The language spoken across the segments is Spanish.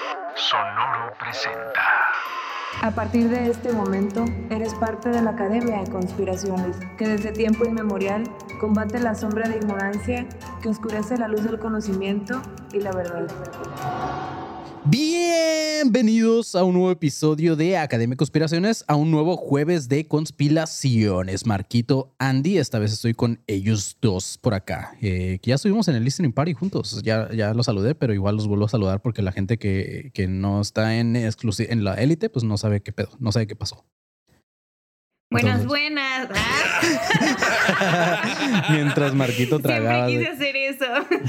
Sonoro presenta. A partir de este momento, eres parte de la Academia de Conspiraciones, que desde tiempo inmemorial combate la sombra de ignorancia que oscurece la luz del conocimiento y la verdad. Bienvenidos a un nuevo episodio de Academia de Conspiraciones, a un nuevo jueves de conspiraciones. Marquito, Andy, esta vez estoy con ellos dos por acá, que ya estuvimos en el Listening Party juntos. Ya los saludé, pero igual los vuelvo a saludar porque la gente que no está en la élite, pues no sabe qué pedo, no sabe qué pasó. Buenas. Mientras Marquito tragaba. Siempre quise hacer eso.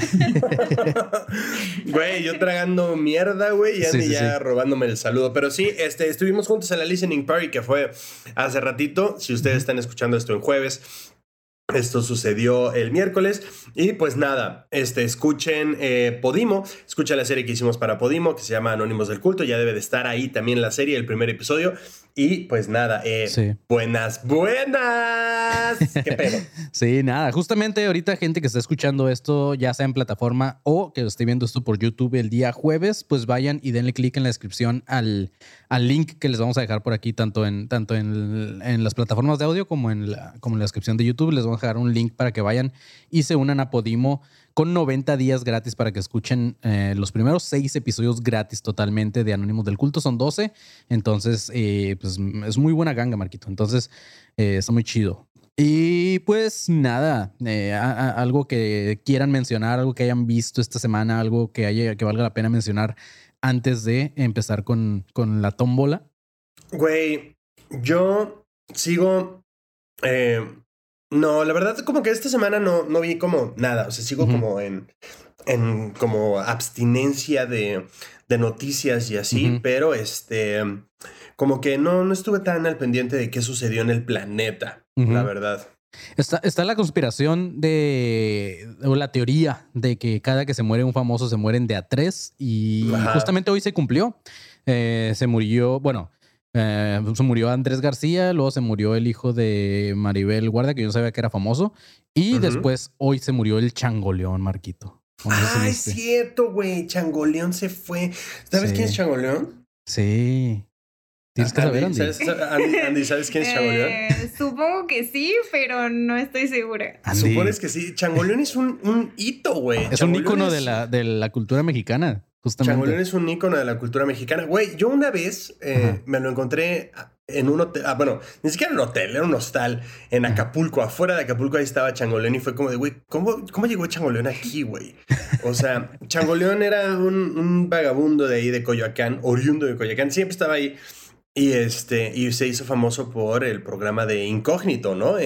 Güey, yo tragando mierda, güey, y Andy ya robándome el saludo. Pero sí, estuvimos juntos en la Listening Party, que fue hace ratito. Si ustedes están escuchando esto en jueves, esto sucedió el miércoles. Y pues nada, escuchen Podimo. Escuchen la serie que hicimos para Podimo, que se llama Anónimos del Culto. Ya debe de estar ahí también la serie, el primer episodio. Y pues nada, sí. Buenas. ¿Qué pedo? Sí, nada. Justamente ahorita gente que está escuchando esto, ya sea en plataforma o que esté viendo esto por YouTube el día jueves, pues vayan y denle clic en la descripción al link que les vamos a dejar por aquí, tanto en las plataformas de audio como en la descripción de YouTube. Les vamos a dejar un link para que vayan y se unan a Podimo con 90 días gratis para que escuchen los primeros 6 episodios gratis totalmente de Anónimos del Culto. Son 12, entonces pues es muy buena ganga, Marquito. Entonces está muy chido. Y pues nada, algo que quieran mencionar, algo que hayan visto esta semana, algo que valga la pena mencionar antes de empezar con la tómbola. Güey, yo sigo... No, la verdad, como que esta semana no vi como nada. O sea, sigo como en como abstinencia de noticias y así, pero como que no estuve tan al pendiente de qué sucedió en el planeta, la verdad. Está la conspiración o la teoría de que cada que se muere un famoso se mueren de a 3 y justamente hoy se cumplió. Se murió Andrés García, luego se murió el hijo de Maribel Guardia, que yo no sabía que era famoso, y después hoy se murió el Changoleón, Marquito. Es cierto, güey, Changoleón se fue. ¿Sabes quién es Changoleón? Sí. Tienes que saber, Andy. Andy, ¿sabes quién es Changoleón? Supongo que sí, pero no estoy segura. Andy. Supones que sí. Changoleón es un hito, güey. Es un ícono de la cultura mexicana. Justamente. Changoleón es un ícono de la cultura mexicana. Güey, yo una vez me lo encontré en un hotel. Bueno, ni siquiera un hotel, era un hostal en Acapulco. Afuera de Acapulco ahí estaba Changoleón y fue como de, güey, ¿cómo llegó Changoleón aquí, güey? O sea, Changoleón era un vagabundo de ahí de Coyoacán, oriundo de Coyoacán. Siempre estaba ahí. Y se hizo famoso por el programa de Incógnito, ¿no?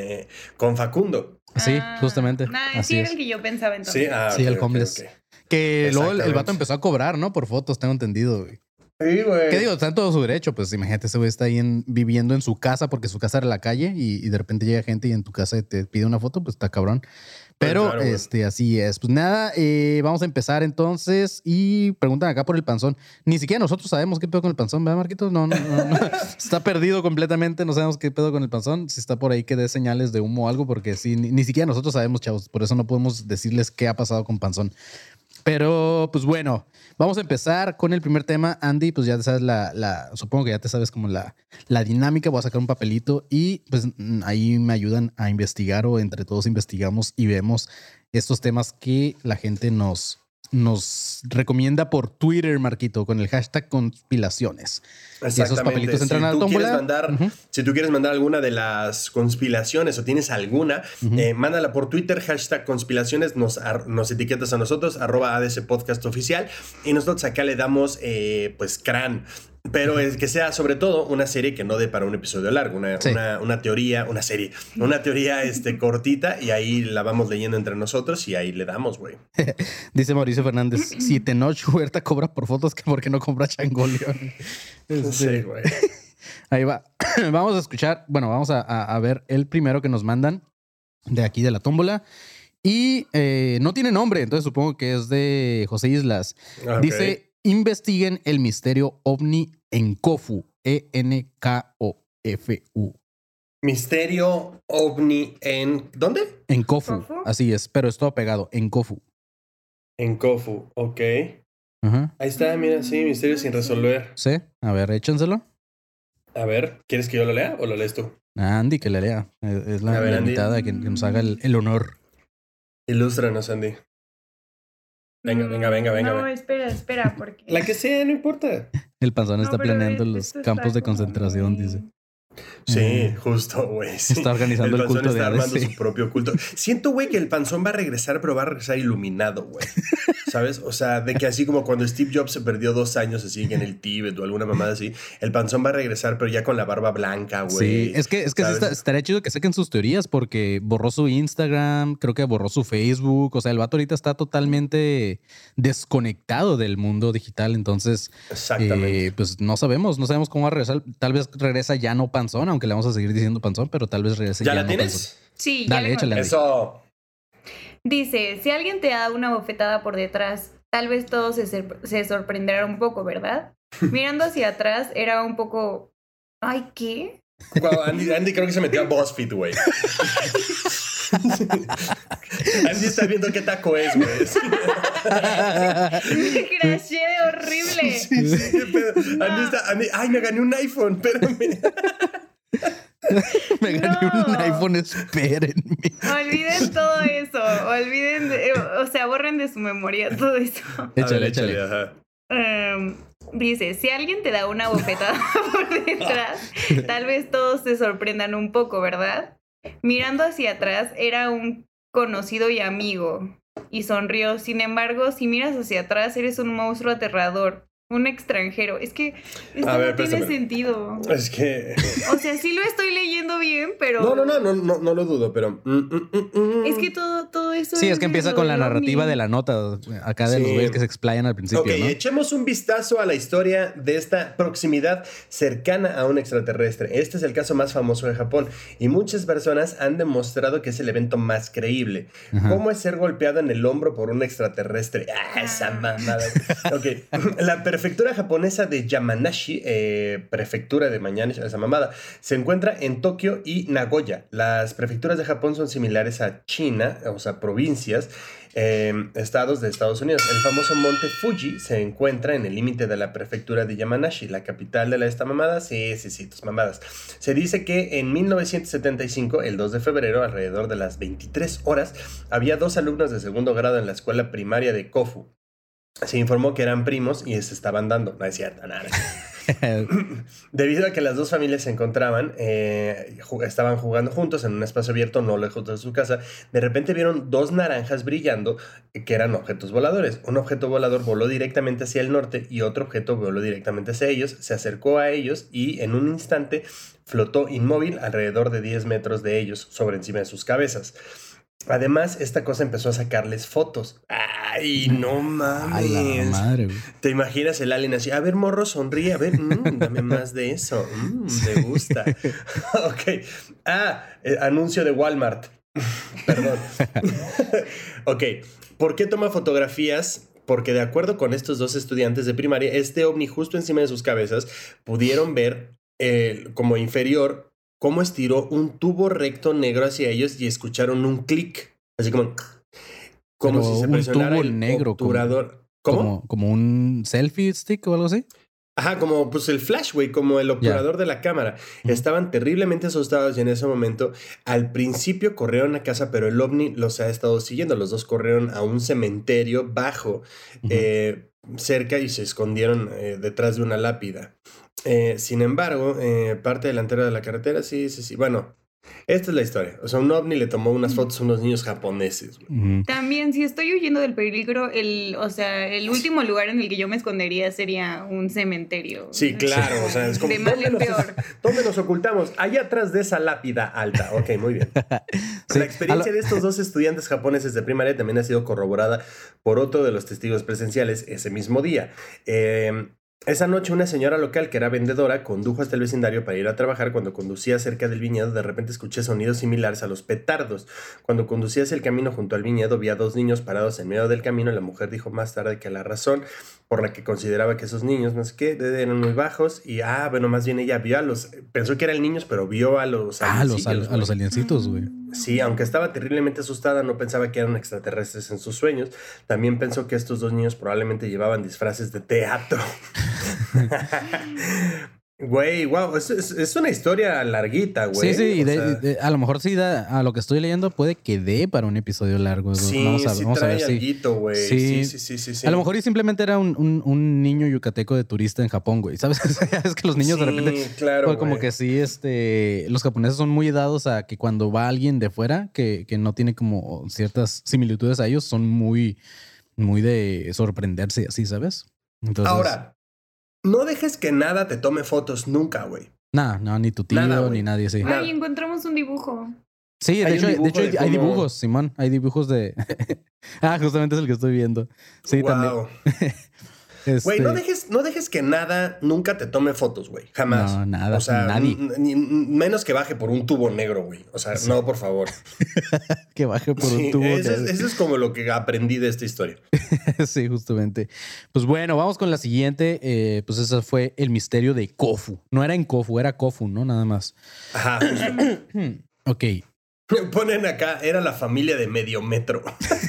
Con Facundo. Sí, justamente. Así sí era el que yo pensaba entonces. Sí, el homeless. Okay. Que luego el vato empezó a cobrar, ¿no? Por fotos, tengo entendido, güey. Sí, güey. ¿Qué digo? Está en todo su derecho. Pues imagínate, ese güey está ahí viviendo en su casa porque su casa era la calle y de repente llega gente y en tu casa te pide una foto, pues está cabrón. Pero claro, así es. Pues nada, vamos a empezar entonces y preguntan acá por el panzón. Ni siquiera nosotros sabemos qué pedo con el panzón, ¿verdad, Marquitos? No. Está perdido completamente, no sabemos qué pedo con el panzón. Si está por ahí que dé señales de humo o algo, porque sí, ni siquiera nosotros sabemos, chavos. Por eso no podemos decirles qué ha pasado con panzón. Pero, pues bueno, vamos a empezar con el primer tema. Andy, pues ya sabes supongo que ya te sabes como la dinámica. Voy a sacar un papelito y pues ahí me ayudan a investigar o entre todos investigamos y vemos estos temas que la gente nos recomienda por Twitter, Marquito, con el hashtag conspiraciones. Exactamente. Y esos papelitos entran a la tómbola. Si tú quieres mandar alguna de las conspiraciones o tienes alguna, mándala por Twitter, hashtag conspiraciones, nos etiquetas a nosotros, @ADC Podcast Oficial, y nosotros acá le damos, pues, crán. Pero es que sea sobre todo una serie que no dé para un episodio largo, una teoría cortita, y ahí la vamos leyendo entre nosotros y ahí le damos, güey. Dice Mauricio Fernández, si Tenoch Huerta cobra por fotos, que ¿por qué no compra Changoleón? Sí, güey. Ahí va. Vamos a escuchar, vamos a ver el primero que nos mandan de aquí de la tómbola. Y no tiene nombre, entonces supongo que es de José Islas. Okay. Dice, investiguen el misterio ovni en Kofu, ENKOFU. Misterio ovni en... ¿Dónde? En Kofu, así es, pero es todo pegado, en Kofu. En Kofu, ok. Ajá. Ahí está, mira, sí, misterio sin resolver. Sí, a ver, échenselo. A ver, ¿quieres que yo lo lea o lo lees tú? Andy, que le lea. Es la invitada que nos haga el honor. Ilústranos, Andy. Venga. No, espera, porque... La que sea, no importa. El panzón está planeando los esto campos de está como concentración, muy- dice. Sí, justo, güey. Sí. Está organizando el Panzón culto de está Hades, armando sí. su propio culto. Siento, güey, que el Panzón va a regresar, pero va a regresar iluminado, güey. ¿Sabes? O sea, de que así como cuando Steve Jobs se perdió 2 años así en el Tíbet o alguna mamada así, el Panzón va a regresar, pero ya con la barba blanca, güey. Sí, es que sí estaría chido que saquen sus teorías porque borró su Instagram, creo que borró su Facebook. O sea, el vato ahorita está totalmente desconectado del mundo digital. Entonces, Exactamente. pues no sabemos cómo va a regresar. Tal vez regresa ya no Panzón, aunque le vamos a seguir diciendo Panzón, pero tal vez regrese ¿Ya ya la no tienes? Panzón. Sí, ya Dale, la échale. encontré. Eso. Dice, si alguien te da una bofetada por detrás, tal vez todos se sorprenderán un poco, ¿verdad? Mirando hacia atrás era un poco... Ay, ¿qué? Wow, Andy creo que se metió a BuzzFeed, güey. Andy está viendo qué taco es, güey. Me crashé de horrible. Sí, qué pedo. Andy, ay, me gané un iPhone, espérame. Me gané No. un iPhone, espérenme. Olviden todo eso. Borren de su memoria todo eso. Échale. Ajá. Dice, si alguien te da una bofetada por detrás, tal vez todos se sorprendan un poco, ¿verdad? Mirando hacia atrás era un conocido y amigo y sonrió. Sin embargo, si miras hacia atrás eres un monstruo aterrador, un extranjero. Es que esto A ver, no tiene préstamelo. sentido. Es que... O sea, sí lo estoy leyendo bien, pero... No lo dudo, pero... Es que todo eso... Sí, es que empieza con la narrativa de la... la nota acá de Sí. los güeyes que se explayan al principio, Ok, ¿no? echemos un vistazo a la historia de esta proximidad cercana a un extraterrestre. Este es el caso más famoso de Japón y muchas personas han demostrado que es el evento más creíble. Ajá. ¿Cómo es ser golpeado en el hombro por un extraterrestre? Esa mamada. Ok, la prefectura japonesa de Yamanashi, prefectura de Yamanashi, esa mamada, se encuentra en Tokio y Nagoya. Las prefecturas de Japón son similares a China, o sea, provincias, estados de Estados Unidos. El famoso monte Fuji se encuentra en el límite de la prefectura de Yamanashi, la capital de esta mamada. Sí, tus mamadas. Se dice que en 1975, el 2 de febrero, alrededor de las 23 horas, había 2 alumnos de segundo grado en la escuela primaria de Kofu. Se informó que eran primos y se estaban dando. No es cierto, nada. Debido a que las dos familias se encontraban, estaban jugando juntos en un espacio abierto no lejos de su casa, de repente vieron 2 naranjas brillando que eran objetos voladores. Un objeto volador voló directamente hacia el norte y otro objeto voló directamente hacia ellos, se acercó a ellos y en un instante flotó inmóvil alrededor de 10 metros de ellos, sobre encima de sus cabezas. Además, esta cosa empezó a sacarles fotos. ¡Ay, no mames! Ay, la madre, güey. ¿Te imaginas el alien así? A ver, morro, sonríe. A ver, dame más de eso. Me gusta. Ok. Anuncio de Walmart. Perdón. Ok. ¿Por qué toma fotografías? Porque de acuerdo con estos 2 estudiantes de primaria, este ovni justo encima de sus cabezas pudieron ver como inferior cómo estiró un tubo recto negro hacia ellos y escucharon un clic. Así como Pero si se un presionara tubo el negro, obturador. ¿Cómo? Como un selfie stick o algo así. Ajá, como pues el flash, güey, como el obturador de la cámara. Estaban terriblemente asustados y en ese momento, al principio corrieron a casa, pero el ovni los ha estado siguiendo. Los 2 corrieron a un cementerio bajo, cerca, y se escondieron detrás de una lápida. Sin embargo, parte delantera de la carretera, sí. Bueno, esta es la historia. O sea, un ovni le tomó unas fotos a unos niños japoneses, güey. También, si estoy huyendo del peligro, el último lugar en el que yo me escondería sería un cementerio. Sí, claro. O sea, es como... De mal en peor. ¿Dónde nos ocultamos? Allá atrás de esa lápida alta. Ok, muy bien. Sí, La experiencia de estos 2 estudiantes japoneses de primaria también ha sido corroborada por otro de los testigos presenciales ese mismo día. Esa noche una señora local que era vendedora condujo hasta el vecindario para ir a trabajar. Cuando conducía cerca del viñedo, de repente escuché sonidos similares a los petardos. Cuando conducía hacia el camino junto al viñedo, vi a 2 niños parados en medio del camino. La mujer dijo más tarde que la razón por la que consideraba que esos niños, no sé qué, eran muy bajos. Y, más bien ella vio pensó que eran niños, pero vio a los aliencitos, a los aliencitos, güey. Sí, aunque estaba terriblemente asustada, no pensaba que eran extraterrestres en sus sueños. También pensó que estos dos niños probablemente llevaban disfraces de teatro. Güey, wow, es una historia larguita, güey. Sí, y a lo mejor sí a lo que estoy leyendo puede que dé para un episodio largo. Sí, vamos a ver alguito, güey. Sí. A lo mejor y simplemente era un niño yucateco de turista en Japón, güey. ¿Sabes? Es que los niños de repente, claro, pues, como que sí, los japoneses son muy dados a que cuando va alguien de fuera que no tiene como ciertas similitudes a ellos, son muy, muy de sorprenderse así, ¿sabes? Entonces, ahora, no dejes que nada te tome fotos nunca, güey. No, ni tu tío, ni nadie, sí. Ay, encontramos un dibujo. Sí, de hecho hay dibujos, Simón. Hay dibujos de... justamente es el que estoy viendo. Sí, wow. También. Güey, no dejes que nada nunca te tome fotos, güey. Jamás. No, nada. O sea, nadie. Menos que baje por un tubo negro, güey. O sea, no, por favor. Que baje por un tubo negro. Eso es como lo que aprendí de esta historia. Sí, justamente. Pues bueno, vamos con la siguiente. Pues ese fue el misterio de Kofu. No era en Kofu, era Kofu, ¿no? Nada más. Ajá. Ok. Ponen acá, era la familia de Medio Metro.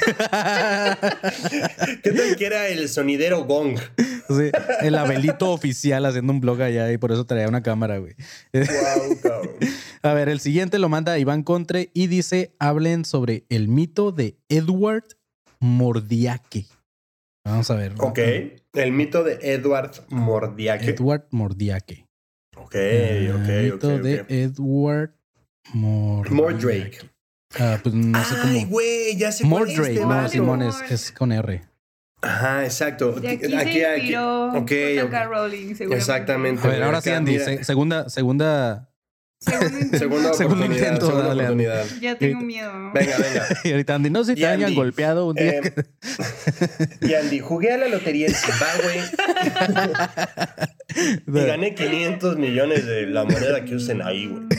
¿Qué tal que era el sonidero Gong? Sí, el Abelito oficial haciendo un blog allá y por eso traía una cámara, güey. Wow, cabrón. A ver, el siguiente lo manda Iván Contre y dice, hablen sobre el mito de Edward Mordiake. Vamos a ver. Ok, el mito de Edward Mordiake. Edward Mordiake. Ok. El mito de Edward Mordrake. Pues no sé cómo. Ay, güey, ya sé Mordrake, no, Simón, es con R. Ajá, exacto. De aquí se inspiró J.K. Rowling, seguramente. Exactamente. A ver, ahora sí, Andy, segunda segundo intento. Oportunidad. Ya tengo miedo. Venga. Y ahorita Andy, no sé si te hayan golpeado un día. Y Andy, jugué a la lotería en Zimbabue y gané 500 millones de la moneda que usen ahí, güey.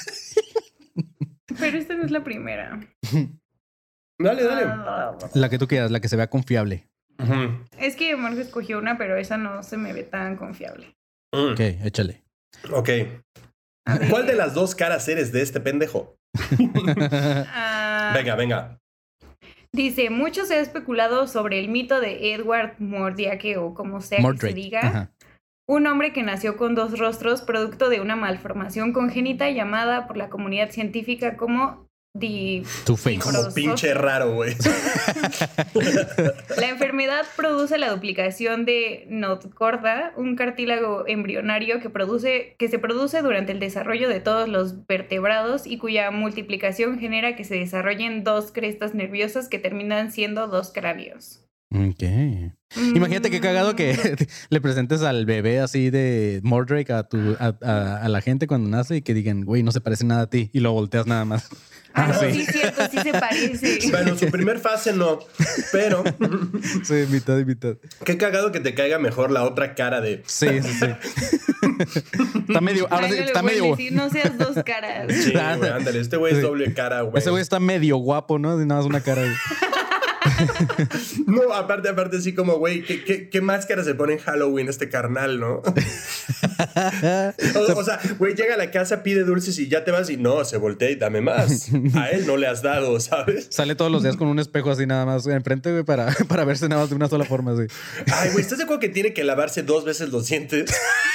Pero esta no es la primera. Dale. La que tú quieras, la que se vea confiable. Uh-huh. Es que Marco escogió una, pero esa no se me ve tan confiable. Ok, échale. Ok. ¿Cuál de las dos caras eres de este pendejo? Venga. Dice, mucho se ha especulado sobre el mito de Edward Mordiake, o como sea que se diga. Ajá. Un hombre que nació con dos rostros producto de una malformación congénita llamada por la comunidad científica como Two-Face. Como pinche raro, güey. La enfermedad produce la duplicación de notocorda, un cartílago embrionario que se produce durante el desarrollo de todos los vertebrados y cuya multiplicación genera que se desarrollen dos crestas nerviosas que terminan siendo dos cráneos. Ok. Imagínate qué cagado que le presentes al bebé así de Mordrake a la gente cuando nace y que digan, güey, no se parece nada a ti, y lo volteas nada más. No, sí, cierto, sí se parece. Bueno, su primer fase no, pero... Sí, mitad y mitad. Qué cagado que te caiga mejor la otra cara de... Sí. Está medio... Ahora sí, está medio... Decir, no seas dos caras. Sí, güey, ándale. Este güey es doble cara, güey. Ese güey está medio guapo, ¿no? Nada más una cara. No, aparte, así como, güey, ¿qué máscara se pone en Halloween este carnal, no? O sea, güey, llega a la casa, pide dulces y ya te vas y no, se voltea y dame más. A él no le has dado, ¿sabes? Sale todos los días con un espejo así nada más enfrente, güey, para verse nada más de una sola forma, así. Ay, güey, ¿estás de acuerdo que tiene que lavarse 2 veces los dientes?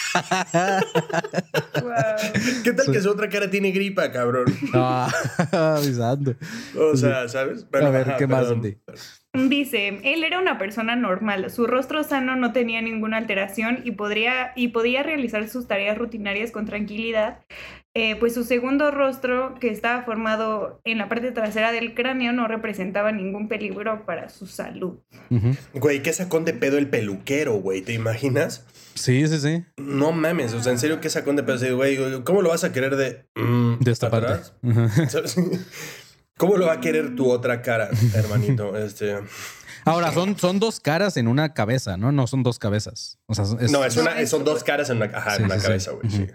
Wow. ¿Qué tal que su otra cara tiene gripa, cabrón? Avisando. O sea, ¿sabes? Bueno, a ver, ¿qué más, Andy? Dice, él era una persona normal, su rostro sano no tenía ninguna alteración y podía realizar sus tareas rutinarias con tranquilidad, pues su segundo rostro, que estaba formado en la parte trasera del cráneo, no representaba ningún peligro para su salud. Uh-huh. Güey, ¿qué sacón de pedo el peluquero, güey? ¿Te imaginas? Sí. No mames, o sea, en serio, ¿qué sacón de pedo? Sí, güey, ¿cómo lo vas a querer de esta parte? Uh-huh. ¿Cómo lo va a querer tu otra cara, hermanito? Ahora, son dos caras en una cabeza, ¿no? No son dos cabezas. O sea, son dos caras en una cabeza, güey. Uh-huh. Sí.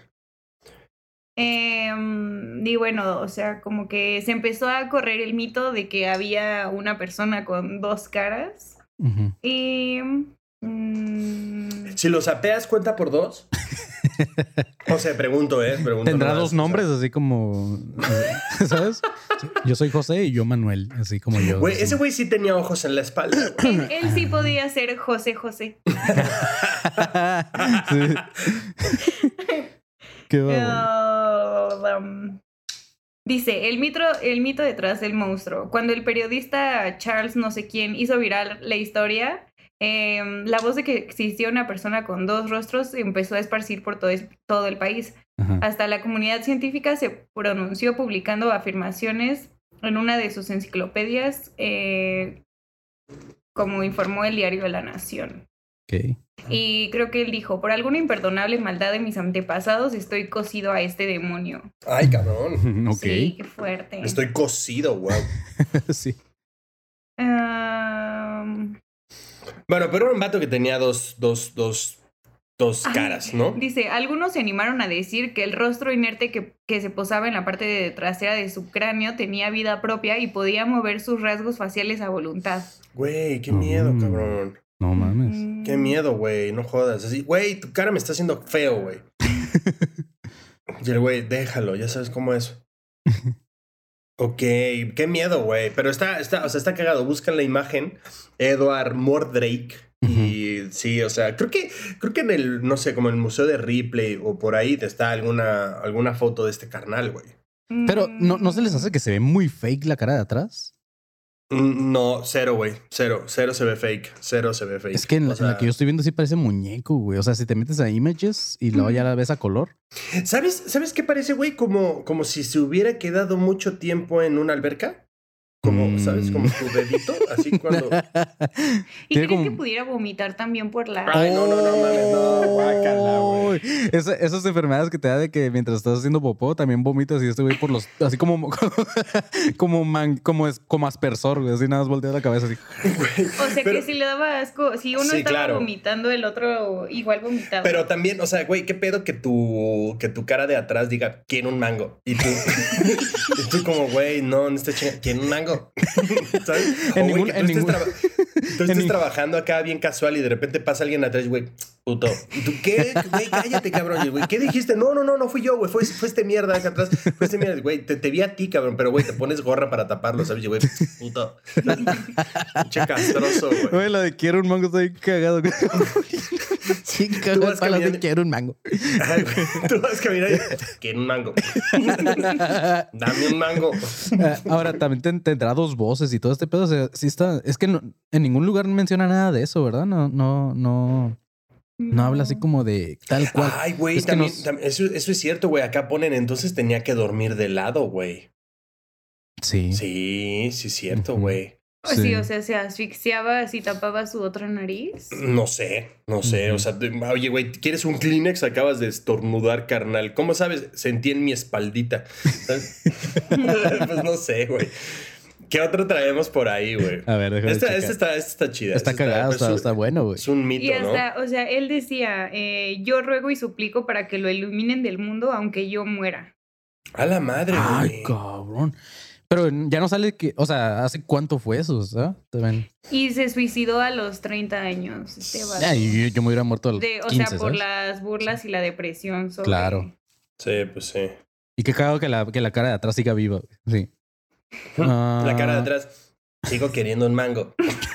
Y bueno, o sea, como que se empezó a correr el mito de que había una persona con dos caras. Uh-huh. Y Si lo sapeas, ¿cuenta por 2? No sé, pregunto. ¿Tendrá 2 nombres así como... ¿Sabes? Yo soy José y yo Manuel, así como yo. Güey, ese güey sí tenía ojos en la espalda. Él sí podía ser José. Sí. Qué dice, el mito detrás del monstruo. Cuando el periodista Charles no sé quién hizo viral la historia, la voz de que existía una persona con 2 rostros empezó a esparcir por todo el país. Ajá. Hasta la comunidad científica se pronunció publicando afirmaciones en una de sus enciclopedias, como informó el diario La Nación. Okay. Y creo que él dijo, por alguna imperdonable maldad de mis antepasados, estoy cosido a este demonio. Ay, cabrón. Ok. Sí, qué fuerte. Estoy cosido, wow. Sí. Bueno, pero era un vato que tenía dos caras, ¿no? Dice, algunos se animaron a decir que el rostro inerte que se posaba en la parte trasera de su cráneo tenía vida propia y podía mover sus rasgos faciales a voluntad. Güey, qué miedo, cabrón. No mames. Qué miedo, güey, no jodas. Así, güey, tu cara me está haciendo feo, güey. Y el güey, déjalo, ya sabes cómo es. Ok, qué miedo, güey. Pero está cagado. Buscan la imagen. Edward Mordrake. Y sí, o sea, creo que en el, no sé, como en el Museo de Ripley o por ahí está alguna foto de este carnal, güey. Pero ¿no se les hace que se ve muy fake la cara de atrás? No, cero, güey. Cero se ve fake. Es que en la que yo estoy viendo sí parece muñeco, güey. O sea, si te metes a images y luego ya la ves a color. ¿Sabes qué parece, güey? Como si se hubiera quedado mucho tiempo en una alberca. Como, ¿sabes? Como tu dedito, así cuando... ¿Y crees que pudiera vomitar también por la... Ay, no, mames, no, guácala, güey. Esas enfermedades que te da de que mientras estás haciendo popó también vomitas y este güey por los... Así como aspersor, güey. Así nada más voltea la cabeza así. O sea, que si le daba asco, si uno estaba vomitando, el otro igual vomitaba. Pero también, o sea, güey, qué pedo que tu cara de atrás diga, quiero un mango. Y tú, como, güey, no está chingando, quiero un mango. ¿Sabes? O, güey, que tú estés trabajando acá bien casual y de repente pasa alguien atrás, güey, puto. ¿Y tú qué? Güey, cállate, cabrón. Y, güey, ¿qué dijiste? No fui yo, güey. Fue este mierda acá atrás. Fue este mierda, güey. Te vi a ti, cabrón, pero, güey, te pones gorra para taparlo, ¿sabes? Y, güey, puto. Che castroso, güey. Güey, la de quiero un mango está bien cagado. Sí, cagado para de quiero un mango. Ay, güey, tú vas caminando y quiero un mango. Dame un mango. Ahora, también tendrá 2 voces y todo este pedo. O sea, sí está... Es que en ningún lugar menciona nada de eso, ¿verdad? No habla así como de tal cual. Ay, güey, también, eso es cierto, güey. Acá ponen, entonces tenía que dormir de lado, güey. Sí. Sí, es cierto, güey. Sí, o sea, se asfixiaba si tapaba su otra nariz. No sé. O sea, oye, güey, ¿quieres un Kleenex? Acabas de estornudar, carnal. ¿Cómo sabes? Sentí en mi espaldita. Pues no sé, güey. ¿Qué otro traemos por ahí, güey? A ver, déjame checar. Esta está chida. Está cagado, está bueno, güey. Es un mito, y hasta, ¿no? O sea, él decía, yo ruego y suplico para que lo iluminen del mundo aunque yo muera. A la madre, güey. Ay, cabrón. Pero ya no sale que... O sea, ¿hace cuánto fue eso? ¿Sabes? Y se suicidó a los 30 años. Yo me hubiera muerto a los 15, o sea, por ¿sabes? las burlas y la depresión sobre... Claro. Sí, pues sí. Y qué cagado que la cara de atrás siga viva. Sí. La cara de atrás. Sigo queriendo un mango.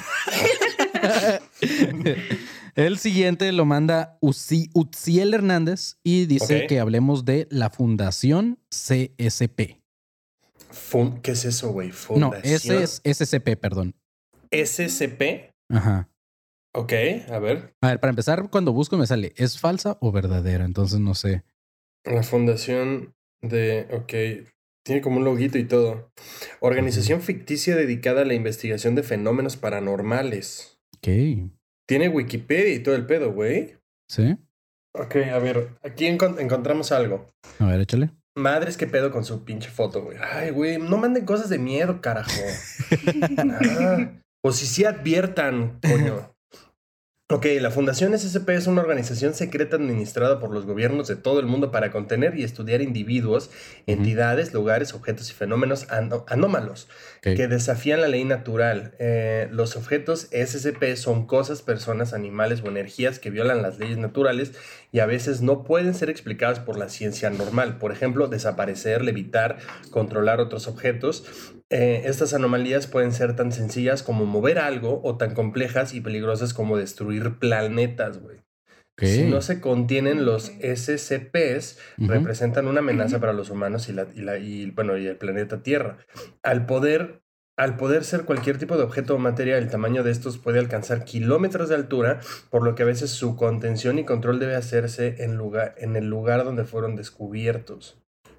El siguiente lo manda Utziel Hernández y dice que hablemos de la Fundación CSP. ¿Qué es eso, güey? No, ese es SCP, perdón. ¿SCP? Ajá. Ok, a ver. A ver, para empezar, cuando busco me sale, ¿es falsa o verdadera? Entonces no sé. La fundación de... Ok, tiene como un loguito y todo. Organización ficticia dedicada a la investigación de fenómenos paranormales. Ok. Tiene Wikipedia y todo el pedo, güey. ¿Sí? Ok, a ver, aquí encontramos algo. A ver, échale. Madres, qué pedo con su pinche foto, güey. Ay, güey, no manden cosas de miedo, carajo. O si sí adviertan, coño. Ok, la Fundación SCP es una organización secreta administrada por los gobiernos de todo el mundo para contener y estudiar individuos, entidades, lugares, objetos y fenómenos anómalos que desafían la ley natural. Los objetos SCP son cosas, personas, animales o energías que violan las leyes naturales y a veces no pueden ser explicadas por la ciencia normal. Por ejemplo, desaparecer, levitar, controlar otros objetos. Estas anomalías pueden ser tan sencillas como mover algo o tan complejas y peligrosas como destruir planetas, güey. Si no se contienen, los SCPs representan una amenaza para los humanos y el planeta Tierra. Al poder ser cualquier tipo de objeto o materia, el tamaño de estos puede alcanzar kilómetros de altura, por lo que a veces su contención y control debe hacerse en el lugar donde fueron descubiertos.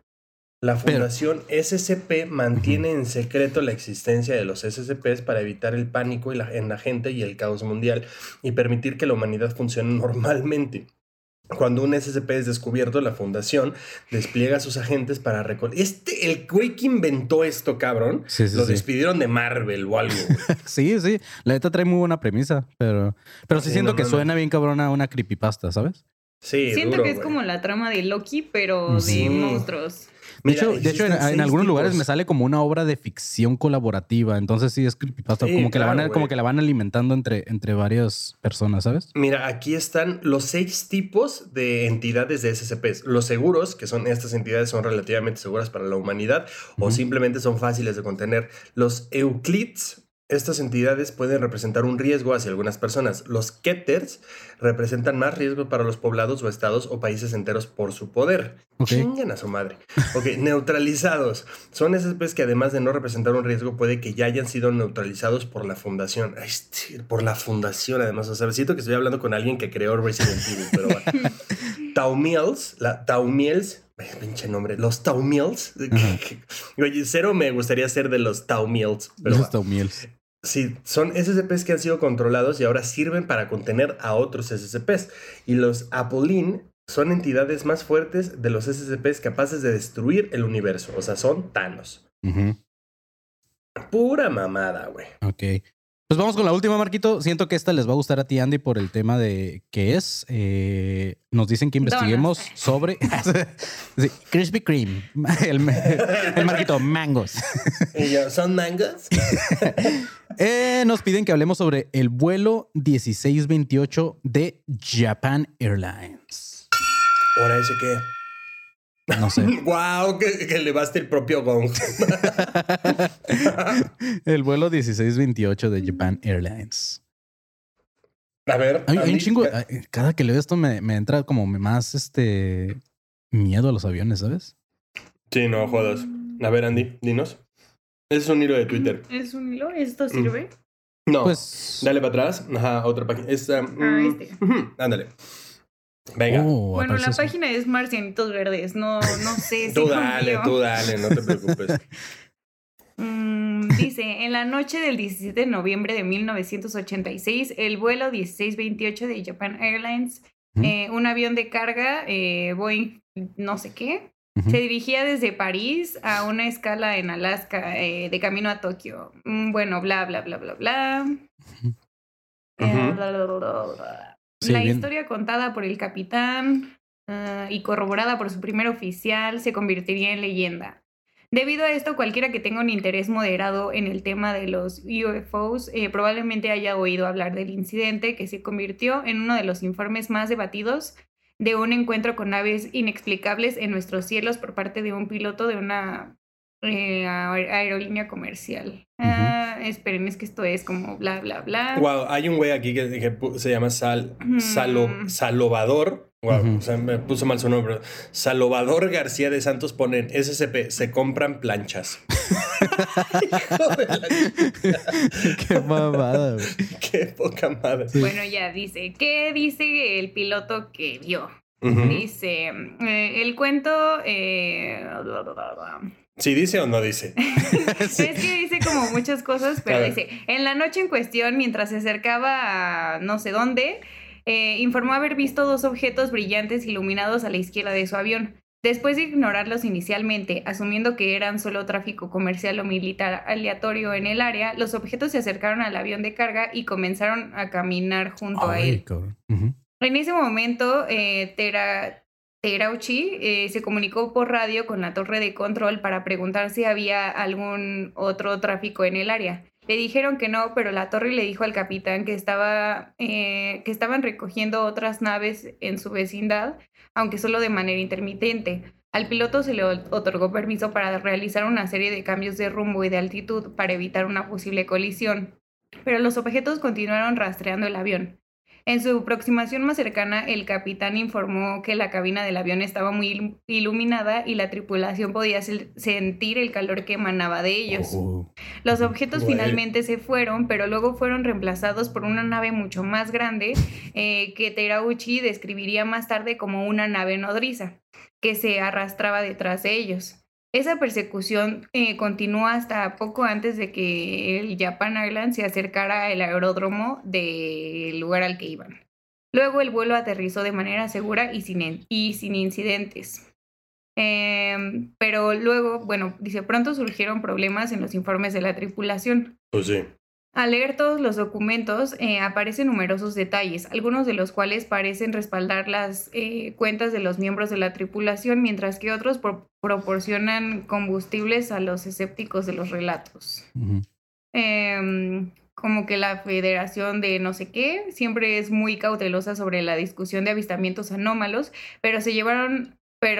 La Fundación SCP mantiene en secreto la existencia de los SCPs para evitar el pánico en la gente y el caos mundial y permitir que la humanidad funcione normalmente. Cuando un SCP es descubierto, la Fundación despliega a sus agentes para recoger... El güey que inventó esto, cabrón, lo despidieron de Marvel o algo. Sí. La neta trae muy buena premisa, pero sí siento que suena bien cabrona una creepypasta, ¿sabes? Sí, siento que es como la trama de Loki, pero de monstruos. De hecho, en algunos lugares me sale como una obra de ficción colaborativa. Entonces sí es creepypasta. Como que la van alimentando entre varias personas, ¿sabes? Mira, aquí están los 6 tipos de entidades de SCPs. Los seguros, que son estas entidades, son relativamente seguras para la humanidad o simplemente son fáciles de contener. Los Euclids. Estas entidades pueden representar un riesgo hacia algunas personas. Los Ketters representan más riesgo para los poblados o estados o países enteros por su poder. Chingan a su madre. Neutralizados. Son SCPs que además de no representar un riesgo, puede que ya hayan sido neutralizados por la Fundación. Por la Fundación, además. O sea, siento que estoy hablando con alguien que creó Resident Evil, pero bueno. Taumiels. Pinche nombre. Los Taumiels. Oye, cero me gustaría ser de los Taumiels. Los Taumiels. Sí, son SCPs que han sido controlados y ahora sirven para contener a otros SCPs. Y los Apollin son entidades más fuertes de los SCPs capaces de destruir el universo. O sea, son Thanos. Pura mamada, güey. Ok. Pues vamos con la última, Marquito. Siento que esta les va a gustar a ti, Andy, por el tema de qué es. Nos dicen que investiguemos sobre Krispy Kreme. El Marquito, mangos. ¿Y yo, son mangos? Nos piden que hablemos sobre el vuelo 1628 de Japan Airlines. ¿Ahora ese qué? No sé. ¡Wow! Que elevaste el propio gong. El vuelo 1628 de Japan Airlines. A ver. Hay un chingo. Cada que leo esto me entra como más miedo a los aviones, ¿sabes? Sí, no jodas. A ver, Andy, dinos. Es un hilo de Twitter. ¿Es un hilo? ¿Esto sirve? No. Pues... Dale para atrás. Ajá, otra página. Ándale. Venga. Bueno, la página es Marcianitos Verdes. No sé si tú dale, no te preocupes. Dice, en la noche del 17 de noviembre de 1986, el vuelo 1628 de Japan Airlines, un avión de carga, Boeing no sé qué, se dirigía desde París a una escala en Alaska, de camino a Tokio. Bueno, bla, bla, bla, bla, bla. Sí, la historia contada por el capitán y corroborada por su primer oficial se convertiría en leyenda. Debido a esto, cualquiera que tenga un interés moderado en el tema de los UFOs probablemente haya oído hablar del incidente que se convirtió en uno de los informes más debatidos de un encuentro con naves inexplicables en nuestros cielos por parte de un piloto de una aerolínea comercial. Esperen, es que esto es como bla, bla, bla. Wow, hay un güey aquí que se llama Salvador. Wow, o sea, me puso mal su nombre. Salvador García de Santos ponen SCP, se compran planchas. Hijo de la Qué mamada, güey. Qué poca madre. Sí. Bueno, ya dice, ¿qué dice el piloto que vio? Dice, el cuento... ¿Sí dice o no dice? Es que dice como muchas cosas, pero dice, en la noche en cuestión, mientras se acercaba a no sé dónde, informó haber visto 2 objetos brillantes iluminados a la izquierda de su avión. Después de ignorarlos inicialmente, asumiendo que eran solo tráfico comercial o militar aleatorio en el área, los objetos se acercaron al avión de carga y comenzaron a caminar junto a él. En ese momento, Terauchi se comunicó por radio con la torre de control para preguntar si había algún otro tráfico en el área. Le dijeron que no, pero la torre le dijo al capitán que estaban recogiendo otras naves en su vecindad, aunque solo de manera intermitente. Al piloto se le otorgó permiso para realizar una serie de cambios de rumbo y de altitud para evitar una posible colisión, pero los objetos continuaron rastreando el avión. En su aproximación más cercana, el capitán informó que la cabina del avión estaba muy iluminada y la tripulación podía sentir el calor que emanaba de ellos. Los objetos finalmente se fueron, pero luego fueron reemplazados por una nave mucho más grande que Terauchi describiría más tarde como una nave nodriza, que se arrastraba detrás de ellos. Esa persecución continuó hasta poco antes de que el Japan Airlines se acercara al aeródromo del lugar al que iban. Luego el vuelo aterrizó de manera segura y sin incidentes. Pero luego, bueno, dice, pronto surgieron problemas en los informes de la tripulación. Pues sí. Al leer todos los documentos, aparecen numerosos detalles, algunos de los cuales parecen respaldar las cuentas de los miembros de la tripulación, mientras que otros proporcionan combustibles a los escépticos de los relatos. Como que la Federación de no sé qué siempre es muy cautelosa sobre la discusión de avistamientos anómalos, pero llevaron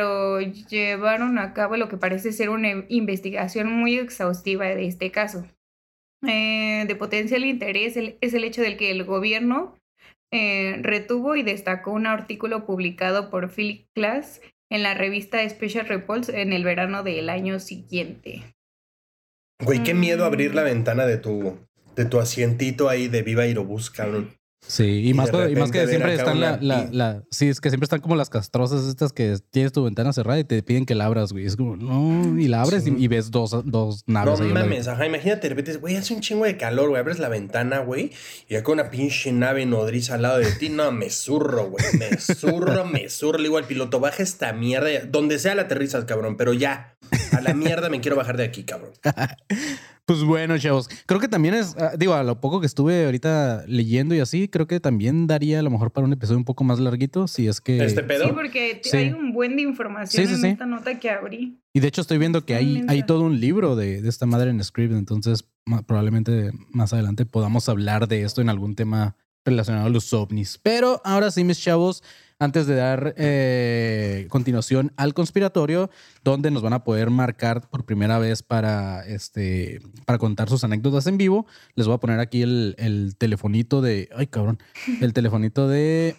a cabo lo que parece ser una investigación muy exhaustiva de este caso. De potencial interés es el hecho de que el gobierno retuvo y destacó un artículo publicado por Philip Glass en la revista Special Reports en el verano del año siguiente. Güey, qué miedo abrir la ventana de tu asientito ahí de Viva Aerobús, cabrón. Sí, y más que siempre están sí, es que siempre están como las castrosas estas que tienes tu ventana cerrada y te piden que la abras, güey. Es como, no, y la abres y ves dos naves. No mames, ajá, imagínate, de repente, güey, hace un chingo de calor, güey, abres la ventana, güey, y acá una pinche nave nodriza al lado de ti, no, me zurro, güey, me zurro, le digo al piloto, baja esta mierda, donde sea la aterrizas, cabrón, pero ya, a la mierda me quiero bajar de aquí, cabrón. Pues bueno, chavos, creo que también es, a lo poco que estuve ahorita leyendo y así, creo que también daría a lo mejor para un episodio un poco más larguito, si es que... ¿Este pedo? Sí, porque hay un buen de información en esta nota que abrí. Y de hecho estoy viendo que hay todo un libro de esta madre en Scribd, entonces probablemente más adelante podamos hablar de esto en algún tema relacionado a los ovnis. Pero ahora sí, mis chavos, antes de dar continuación al conspiratorio, donde nos van a poder marcar por primera vez para contar sus anécdotas en vivo, les voy a poner aquí el telefonito de... ¡Ay, cabrón! El telefonito de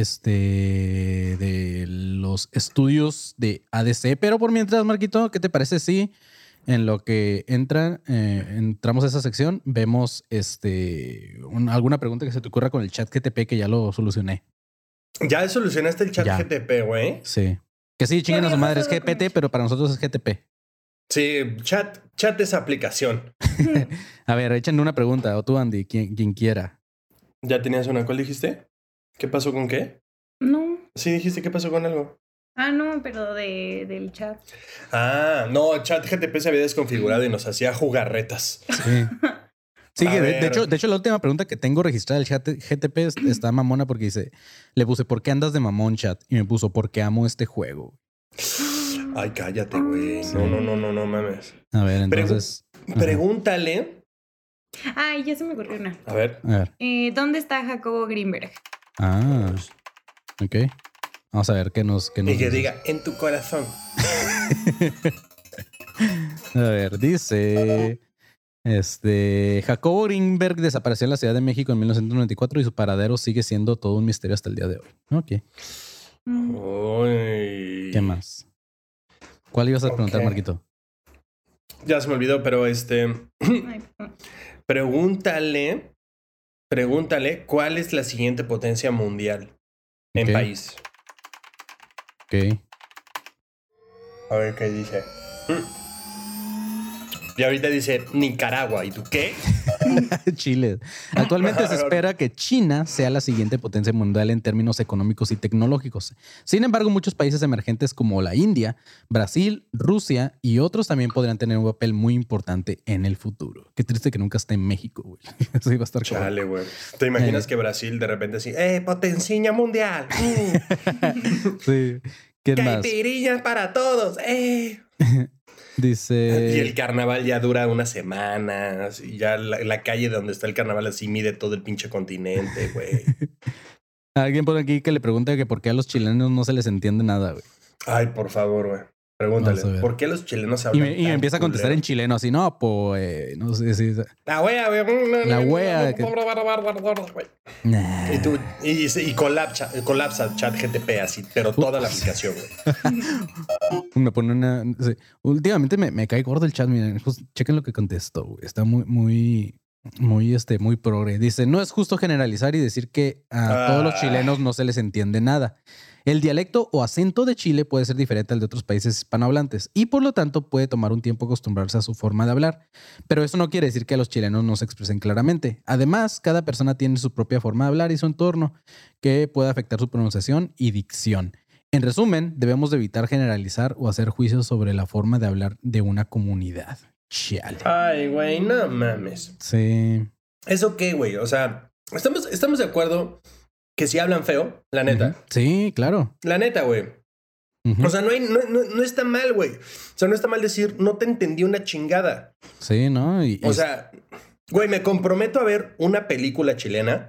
los estudios de ADC. Pero por mientras, Marquito, ¿qué te parece si en lo que entramos a esa sección vemos alguna pregunta que se te ocurra con el chat GTP, que ya lo solucioné? Ya solucionaste el chat GTP, güey. Sí. Que sí, chinguen a su madre, es GPT, pero para nosotros es GTP. Sí, chat es aplicación. A ver, échenle una pregunta, o tú, Andy, quien quiera. ¿Ya tenías una? ¿Cuál dijiste? ¿Qué pasó con qué? No. Sí, dijiste qué pasó con algo. Ah, no, pero del chat. Ah, no, chat GTP se había desconfigurado y nos hacía jugarretas. Sí. Sí, de hecho, la última pregunta que tengo registrada del chat GTP está mamona porque le puse, ¿por qué andas de mamón, chat? Y me puso, porque amo este juego. Ay, cállate, güey. Sí. No mames. A ver, entonces... Pregúntale. Ay, ya se me ocurrió una. A ver. ¿Dónde está Jacobo Greenberg? Ah, ok. Vamos a ver qué nos y que diga, en tu corazón. A ver, dice... Jacobo Greenberg desapareció en la Ciudad de México en 1994 y su paradero sigue siendo todo un misterio hasta el día de hoy. Ok. Uy. ¿Qué más? ¿Cuál ibas a preguntar, Marquito? Ya se me olvidó, pero pregúntale cuál es la siguiente potencia mundial en país. Ok. A ver qué dice. Y ahorita dice Nicaragua. ¿Y tú qué? Chile. Actualmente se espera que China sea la siguiente potencia mundial en términos económicos y tecnológicos. Sin embargo, muchos países emergentes como la India, Brasil, Rusia y otros también podrían tener un papel muy importante en el futuro. Qué triste que nunca esté en México, güey. Eso iba a estar cabrón. Chale, güey. ¿Te imaginas que Brasil de repente así, potenciña mundial? Sí. ¿Qué más? Caipirinhas para todos, Dice... Y el carnaval ya dura unas semanas. Y ya la calle donde está el carnaval así mide todo el pinche continente, güey. Alguien por aquí que le pregunta que por qué a los chilenos no se les entiende nada, güey. Ay, por favor, güey. Pregúntale, ¿por qué los chilenos hablan y me empieza a contestar en chileno, así, no, pues, no sé si... La wea, güey. La wea. Nah. Y colapsa ChatGPT así, pero toda la aplicación, güey. Me pone una... Sí. Últimamente me cae gordo el chat, miren, chequen lo que contestó, güey. Está muy progre. Dice, no es justo generalizar y decir que a todos los chilenos no se les entiende nada. El dialecto o acento de Chile puede ser diferente al de otros países hispanohablantes y por lo tanto puede tomar un tiempo acostumbrarse a su forma de hablar. Pero eso no quiere decir que los chilenos no se expresen claramente. Además, cada persona tiene su propia forma de hablar y su entorno que puede afectar su pronunciación y dicción. En resumen, debemos de evitar generalizar o hacer juicios sobre la forma de hablar de una comunidad. Chale. Ay, güey, no mames. Sí. ¿Eso qué, güey? O sea, estamos de acuerdo que si hablan feo, la neta. Sí, claro. La neta, güey. O sea, no está mal, güey. O sea, no está mal decir, no te entendí una chingada. Sí, ¿no? O sea, güey, me comprometo a ver una película chilena.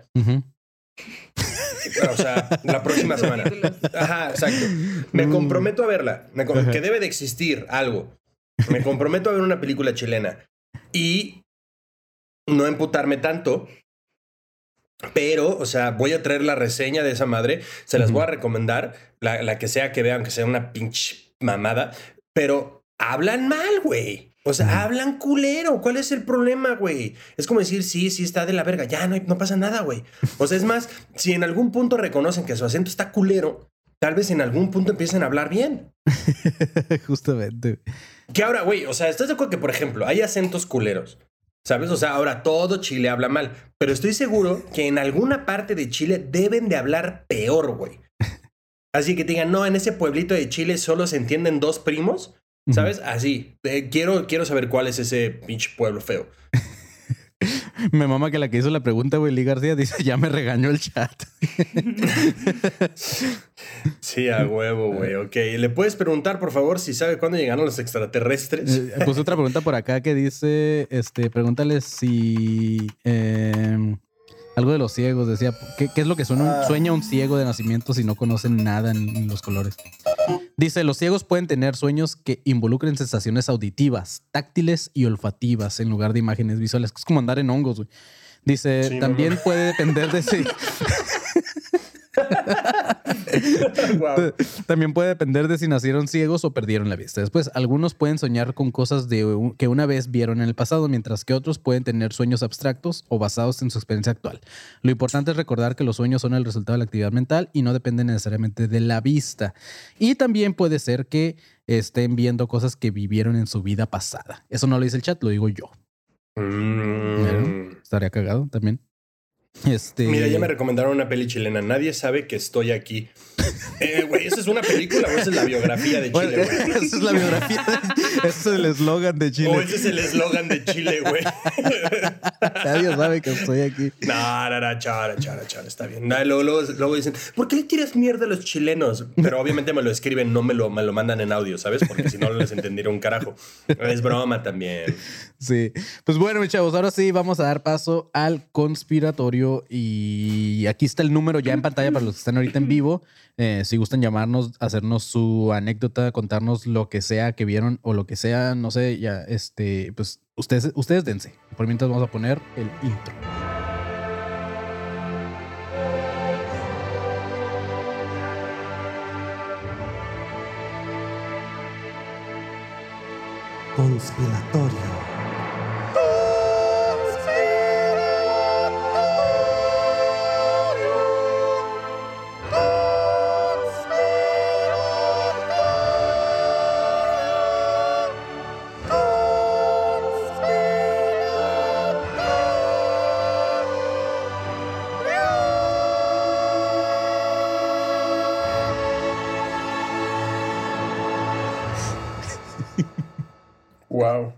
O sea, la próxima semana. Ajá, exacto. Me comprometo a verla. Que debe de existir algo. Me comprometo a ver una película chilena. Y no emputarme tanto. Pero, o sea, voy a traer la reseña de esa madre. Se las voy a recomendar. La que sea que vean, que sea una pinche mamada. Pero hablan mal, güey. O sea, hablan culero. ¿Cuál es el problema, güey? Es como decir, sí, está de la verga. Ya, no pasa nada, güey. O sea, es más, si en algún punto reconocen que su acento está culero, tal vez en algún punto empiecen a hablar bien. Justamente. Que ahora, güey, o sea, ¿estás de acuerdo que, por ejemplo, hay acentos culeros? ¿Sabes? O sea, ahora todo Chile habla mal. Pero estoy seguro que en alguna parte de Chile deben de hablar peor, güey. Así que te digan, no, en ese pueblito de Chile solo se entienden 2 primos. ¿Sabes? Así. Quiero saber cuál es ese pinche pueblo feo. Me mama que la que hizo la pregunta, güey, Lee García, dice, ya me regañó el chat. Sí, a huevo, güey. Ok. ¿Le puedes preguntar, por favor, si sabe cuándo llegaron los extraterrestres? Pues otra pregunta por acá que dice, pregúntale si... algo de los ciegos, decía, ¿qué es lo que sueña un ciego de nacimiento si no conocen nada en los colores? Dice, los ciegos pueden tener sueños que involucren sensaciones auditivas, táctiles y olfativas en lugar de imágenes visuales. Es como andar en hongos, güey. Dice, sí, también puede depender de si... Wow. También puede depender de si nacieron ciegos o perdieron la vista. Después, algunos pueden soñar con cosas que una vez vieron en el pasado, mientras que otros pueden tener sueños abstractos o basados en su experiencia actual. Lo importante es recordar que los sueños son el resultado de la actividad mental y no dependen necesariamente de la vista. Y también puede ser que estén viendo cosas que vivieron en su vida pasada. Eso no lo dice el chat, lo digo yo. Estaría cagado también. Mira, ya me recomendaron una peli chilena. Nadie sabe que estoy aquí. Güey, ¿eso es una película o esa es la biografía de Chile, güey? Esa es la biografía. Ese es el eslogan de Chile. O ese es el eslogan de Chile, güey. Nadie sabe que estoy aquí. No, chara, está bien. Luego dicen, ¿por qué le tiras mierda a los chilenos? Pero obviamente me lo escriben, no me lo mandan en audio, ¿sabes? Porque si no, les entendería un carajo. Es broma también. Sí. Pues bueno, mis chavos, ahora sí vamos a dar paso al conspiratorio. Y aquí está el número ya en pantalla para los que están ahorita en vivo. Si gustan llamarnos, hacernos su anécdota, contarnos lo que sea que vieron o lo que sea, no sé, ya, pues ustedes dense. Por mientras vamos a poner el intro. Conspiratorio. Wow.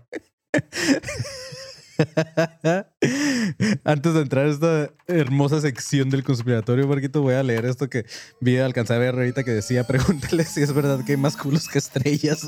Antes de entrar a esta hermosa sección del conspiratorio, Marquito, voy a leer esto que vi alcanzar a ver ahorita que decía, pregúntale si es verdad que hay más culos que estrellas.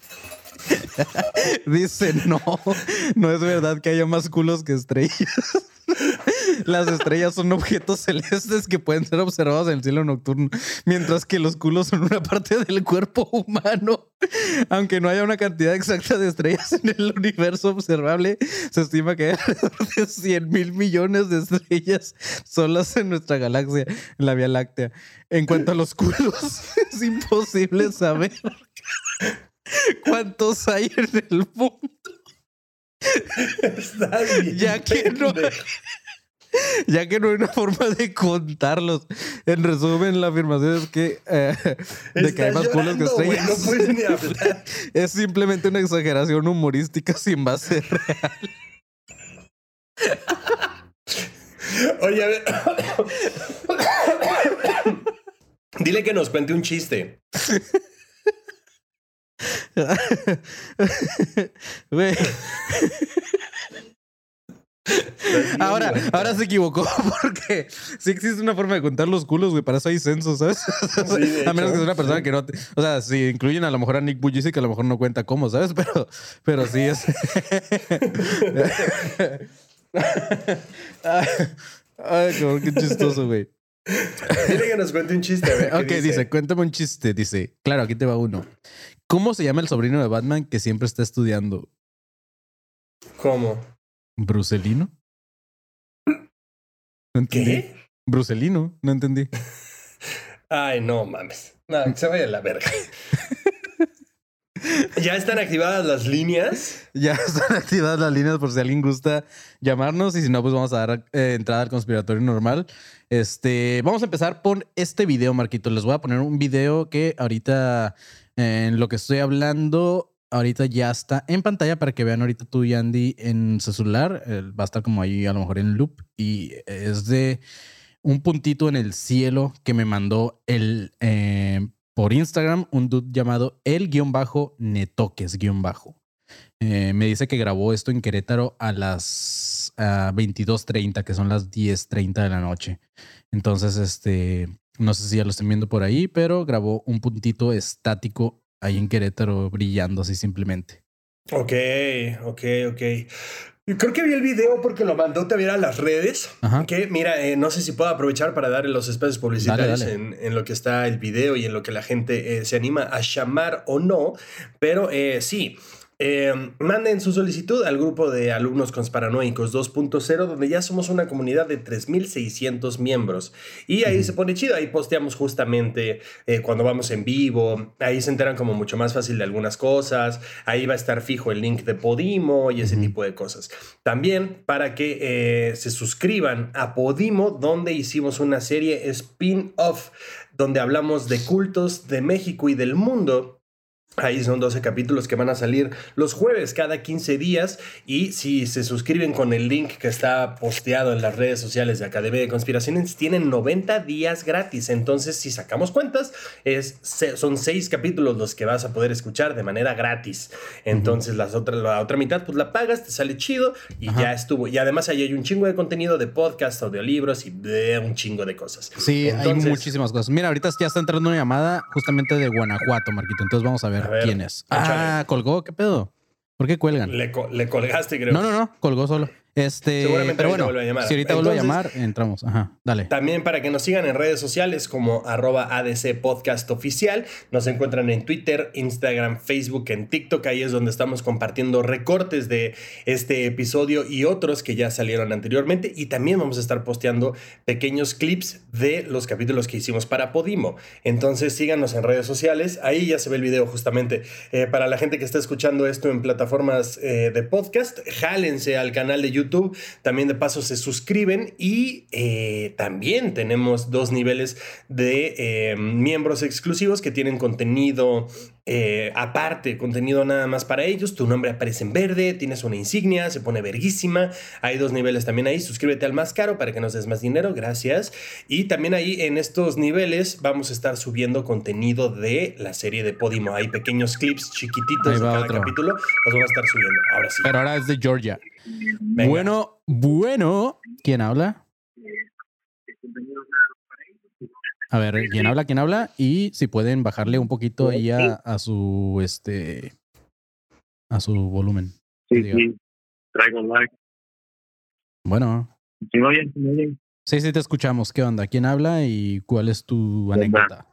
Dice, no es verdad que haya más culos que estrellas. Las estrellas son objetos celestes que pueden ser observados en el cielo nocturno, mientras que los culos son una parte del cuerpo humano. Aunque no haya una cantidad exacta de estrellas en el universo observable, se estima que hay alrededor de 100,000 millones de estrellas solas en nuestra galaxia, en la Vía Láctea. En cuanto a los culos, es imposible saber cuántos hay en el mundo. Está bien, ya que no hay una forma de contarlos. En resumen, la afirmación es que de que hay más culos que estrellas, no puedes ni hablar. Es simplemente una exageración humorística sin base real. Oye, a ver. Dile que nos cuente un chiste. Güey. Ahora se equivocó porque sí existe una forma de contar los culos, güey. Para eso hay censos, ¿sabes? Sí, a menos que sea una persona que no... O sea, si incluyen a lo mejor a Nick Vujicic, que a lo mejor no cuenta cómo, ¿sabes? Pero sí es... Ay, qué chistoso, güey. Dile que nos cuente un chiste, a ver. Ok, dice, cuéntame un chiste. Dice, claro, aquí te va uno. ¿Cómo se llama el sobrino de Batman que siempre está estudiando? ¿Cómo? ¿Brucelino? No entendí. ¿Qué? Brucelino, no entendí. Ay, no mames. No, que se vaya a la verga. ¿Ya están activadas las líneas? Ya están activadas las líneas por si alguien gusta llamarnos. Y si no, pues vamos a dar entrada al conspiratorio normal. Vamos a empezar por este video, Marquito. Les voy a poner un video que ahorita, en lo que estoy hablando, ahorita ya está en pantalla para que vean ahorita tú y Andy en su celular. Va a estar como ahí a lo mejor en loop. Y es de un puntito en el cielo que me mandó por Instagram un dude llamado el-netoques-. Me dice que grabó esto en Querétaro a las 22:30, que son las 10:30 de la noche. Entonces, no sé si ya lo estén viendo por ahí, pero grabó un puntito estático ahí en Querétaro brillando así simplemente. Ok. Creo que vi el video porque lo mandó también a las redes. Ajá. Que mira, no sé si puedo aprovechar para darle los espacios publicitarios Dale. En lo que está el video y en lo que la gente se anima a llamar o no. Pero sí. Manden su solicitud al grupo de alumnos conspiranoicos 2.0, donde ya somos una comunidad de 3,600 miembros. Y ahí se pone chido, ahí posteamos justamente cuando vamos en vivo, ahí se enteran como mucho más fácil de algunas cosas, ahí va a estar fijo el link de Podimo y ese tipo de cosas. También para que se suscriban a Podimo, donde hicimos una serie spin-off, donde hablamos de cultos de México y del mundo. Ahí son 12 capítulos que van a salir los jueves cada 15 días y si se suscriben con el link que está posteado en las redes sociales de Academia de Conspiraciones tienen 90 días gratis. Entonces si sacamos cuentas son 6 capítulos los que vas a poder escuchar de manera gratis. Entonces la otra mitad pues la pagas, te sale chido y ya estuvo. Y además ahí hay un chingo de contenido de podcast, audiolibros y un chingo de cosas. Sí, entonces, hay muchísimas cosas. Mira, ahorita ya está entrando una llamada justamente de Guanajuato, Marquito. Entonces vamos a ver quién es. Colgó, ¿qué pedo? ¿Por qué cuelgan? Le colgaste, creo. No, colgó solo. Seguramente pero bueno, vuelve a llamar. Si ahorita vuelve a llamar, entramos. Ajá, dale. También para que nos sigan en redes sociales como @ADC Podcast Oficial. Nos encuentran en Twitter, Instagram, Facebook, en TikTok. Ahí es donde estamos compartiendo recortes de este episodio y otros que ya salieron anteriormente. Y también vamos a estar posteando pequeños clips de los capítulos que hicimos para Podimo. Entonces síganos en redes sociales. Ahí ya se ve el video justamente. Para la gente que está escuchando esto en plataformas de podcast, jálense al canal de YouTube. También de paso se suscriben y también tenemos 2 niveles de miembros exclusivos que tienen contenido aparte, contenido nada más para ellos. Tu nombre aparece en verde, tienes una insignia, se pone verguísima. Hay 2 niveles también ahí. Suscríbete al más caro para que nos des más dinero, gracias. Y también ahí en estos niveles vamos a estar subiendo contenido de la serie de Podimo. Hay pequeños clips chiquititos de cada capítulo. Los vamos a estar subiendo. Ahora sí. Pero ahora es de Georgia. Venga. Bueno. ¿Quién habla? A ver, ¿quién habla? Y si pueden bajarle un poquito ahí a su a su volumen. Sí, traigo like. Bueno. ¿Sí me oyen? Sí, te escuchamos. ¿Qué onda? ¿Quién habla y cuál es tu anécdota?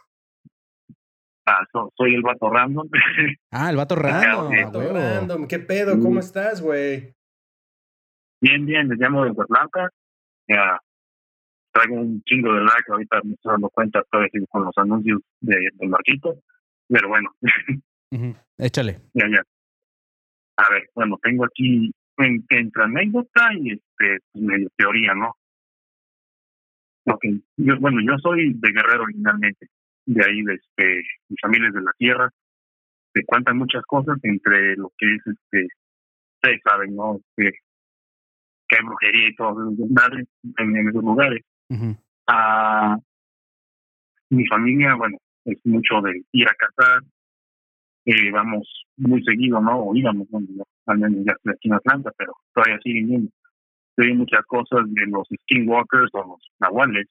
Soy el Vato Random. El Vato Random. Vato Random. ¿Qué pedo? ¿Cómo estás, güey? Bien, les llamo desde Atlanta. Traigo un chingo de like. Ahorita me estoy dando cuenta, todavía sigo con los anuncios del Marquito. Pero bueno. Échale. Ya. A ver, bueno, tengo aquí entre anécdota y medio teoría, ¿no? Okay. Yo soy de Guerrero originalmente. De ahí, mis familia es de la tierra. Se cuentan muchas cosas entre lo que es, ustedes saben, ¿no? Que hay brujería y todo eso en esos lugares. Mi familia, bueno, es mucho de ir a cazar. Vamos muy seguido, ¿no? O íbamos, ¿no? Al menos ya estoy aquí en Atlanta, pero todavía siguen yendo. Hay muchas cosas de los skinwalkers o los nahuales.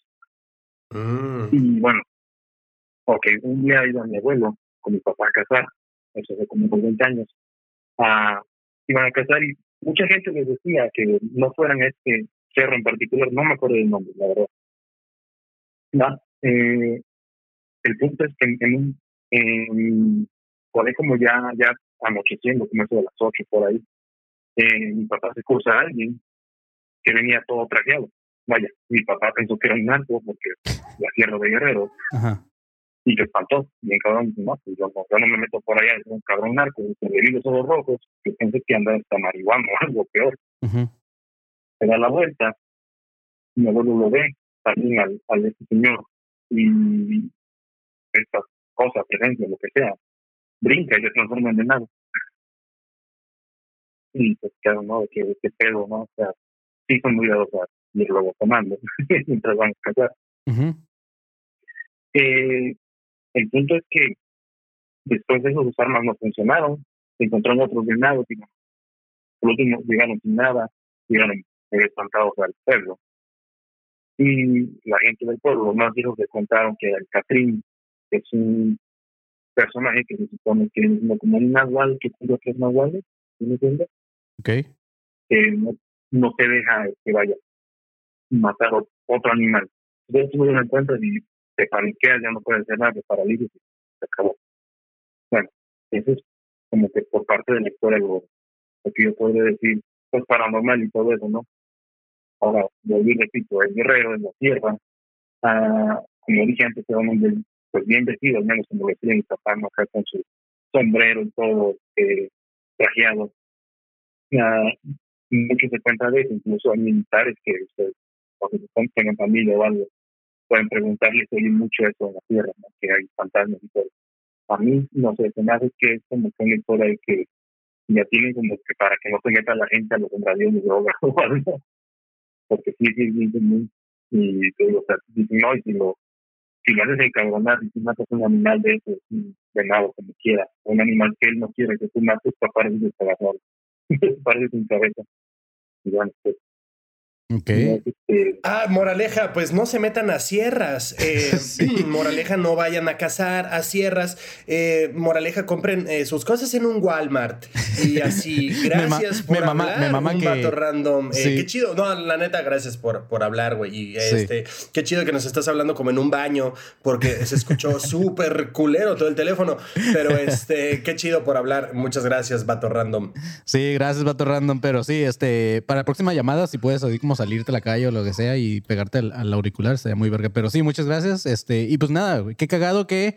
Y bueno, un día iba mi abuelo con mi papá a cazar, eso hace como 20 años. Iban a cazar y mucha gente les decía que no fueran a este cerro en particular, no me acuerdo del nombre, la verdad. El punto es que por ahí como ya anocheciendo, como eso de las 8 por ahí, mi papá se cruza a alguien que venía todo trajeado. Vaya, mi papá pensó que era un narco porque la sierra de Guerrero. Y que espantó. Bien cabrón, no, pues yo no me meto por allá, es un cabrón narco, con los ojos rojos, que pensé que andaba hasta marihuana o algo peor. Se da la vuelta, mi abuelo lo ve también al este señor, y esta cosa, presencia, lo que sea, brinca y se transforma en venado. Y pues claro, ¿no? ¿Qué pedo, no? O sea, sí son muy dados a ir luego tomando mientras van a cazar. El punto es que después de eso sus armas no funcionaron, se encontraron otros venados y por último llegaron sin nada, llegaron espantados al pueblo. Y la gente del pueblo, los más viejos, les contaron que el Catrín es un personaje que se supone que es como un nahual que cuida a otros nahuales, ¿sí me entiendes? Okay. No te deja que vaya a matar otro animal. Entonces tú lo encuentras y te paniqueas, ya no puedes hacer nada, te paralizas y se acabó. Bueno, eso es como que por parte de la historia lo que yo podría decir, pues paranormal y todo eso, ¿no? Ahora, volví, repito, el guerrero en la tierra, como dije antes, era un hombre pues bien vestido, al menos como lo decía mi papá, ¿no? Acá con su sombrero y todo trajeado. Mucho se cuenta de eso, incluso hay militares que cuando tengan familia o algo, pueden preguntarles, oye mucho eso en la tierra, ¿no? Que hay fantasmas y todo. A mí, no sé, se me hace que es como que una historia de que ya tienen como que para que no se meta la gente a los sembradíos de droga o algo. Porque sí, y te digo, o sea, no, y si lo haces encabronar, y si matas un animal de eso, un venado, como quiera, un animal que él no quiere que tú mates, papá, es despagarrado. Parece sin cabeza. Y bueno, pues. Okay. Moraleja, pues no se metan a sierras. Sí. Moraleja, no vayan a cazar a sierras. Moraleja, compren sus cosas en un Walmart. Y así, gracias por hablar. Un vato random. Sí. Qué chido. No, la neta, gracias por hablar, güey. Y qué chido que nos estás hablando como en un baño, porque se escuchó súper culero todo el teléfono. Pero qué chido por hablar. Muchas gracias, vato random. Sí, gracias, vato random. Pero sí, para la próxima llamada, si puedes así como salirte a la calle o lo que sea y pegarte al auricular, sería muy verga. Pero sí, muchas gracias. Y pues nada, güey, qué cagado que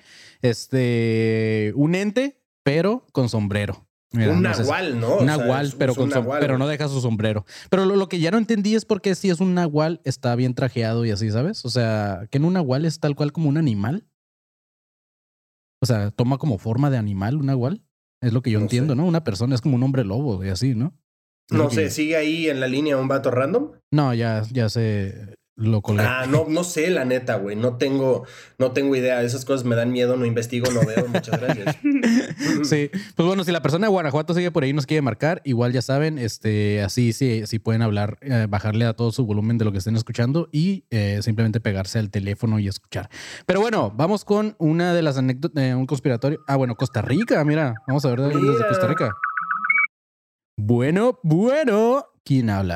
un ente, pero con sombrero. Mira, un nahual, ¿no? Un nahual, pero no deja su sombrero. Pero lo que ya no entendí es por qué si es un nahual está bien trajeado y así, ¿sabes? O sea, que en un nahual es tal cual como un animal. O sea, toma como forma de animal un nahual. Es lo que yo entiendo, ¿no? Una persona es como un hombre lobo y así, ¿no? No sé, ¿sigue ahí en la línea un vato random? No, ya se lo colgué. No sé, la neta, güey. No tengo idea. Esas cosas me dan miedo, no investigo, no veo. Muchas gracias. Sí, pues bueno, si la persona de Guanajuato sigue por ahí y nos quiere marcar, igual ya saben, así sí pueden hablar, bajarle a todo su volumen de lo que estén escuchando y simplemente pegarse al teléfono y escuchar. Pero bueno, vamos con una de las anécdotas de un conspiratorio. Ah, bueno, Costa Rica, mira, vamos a ver desde Costa Rica. Bueno, ¿quién habla?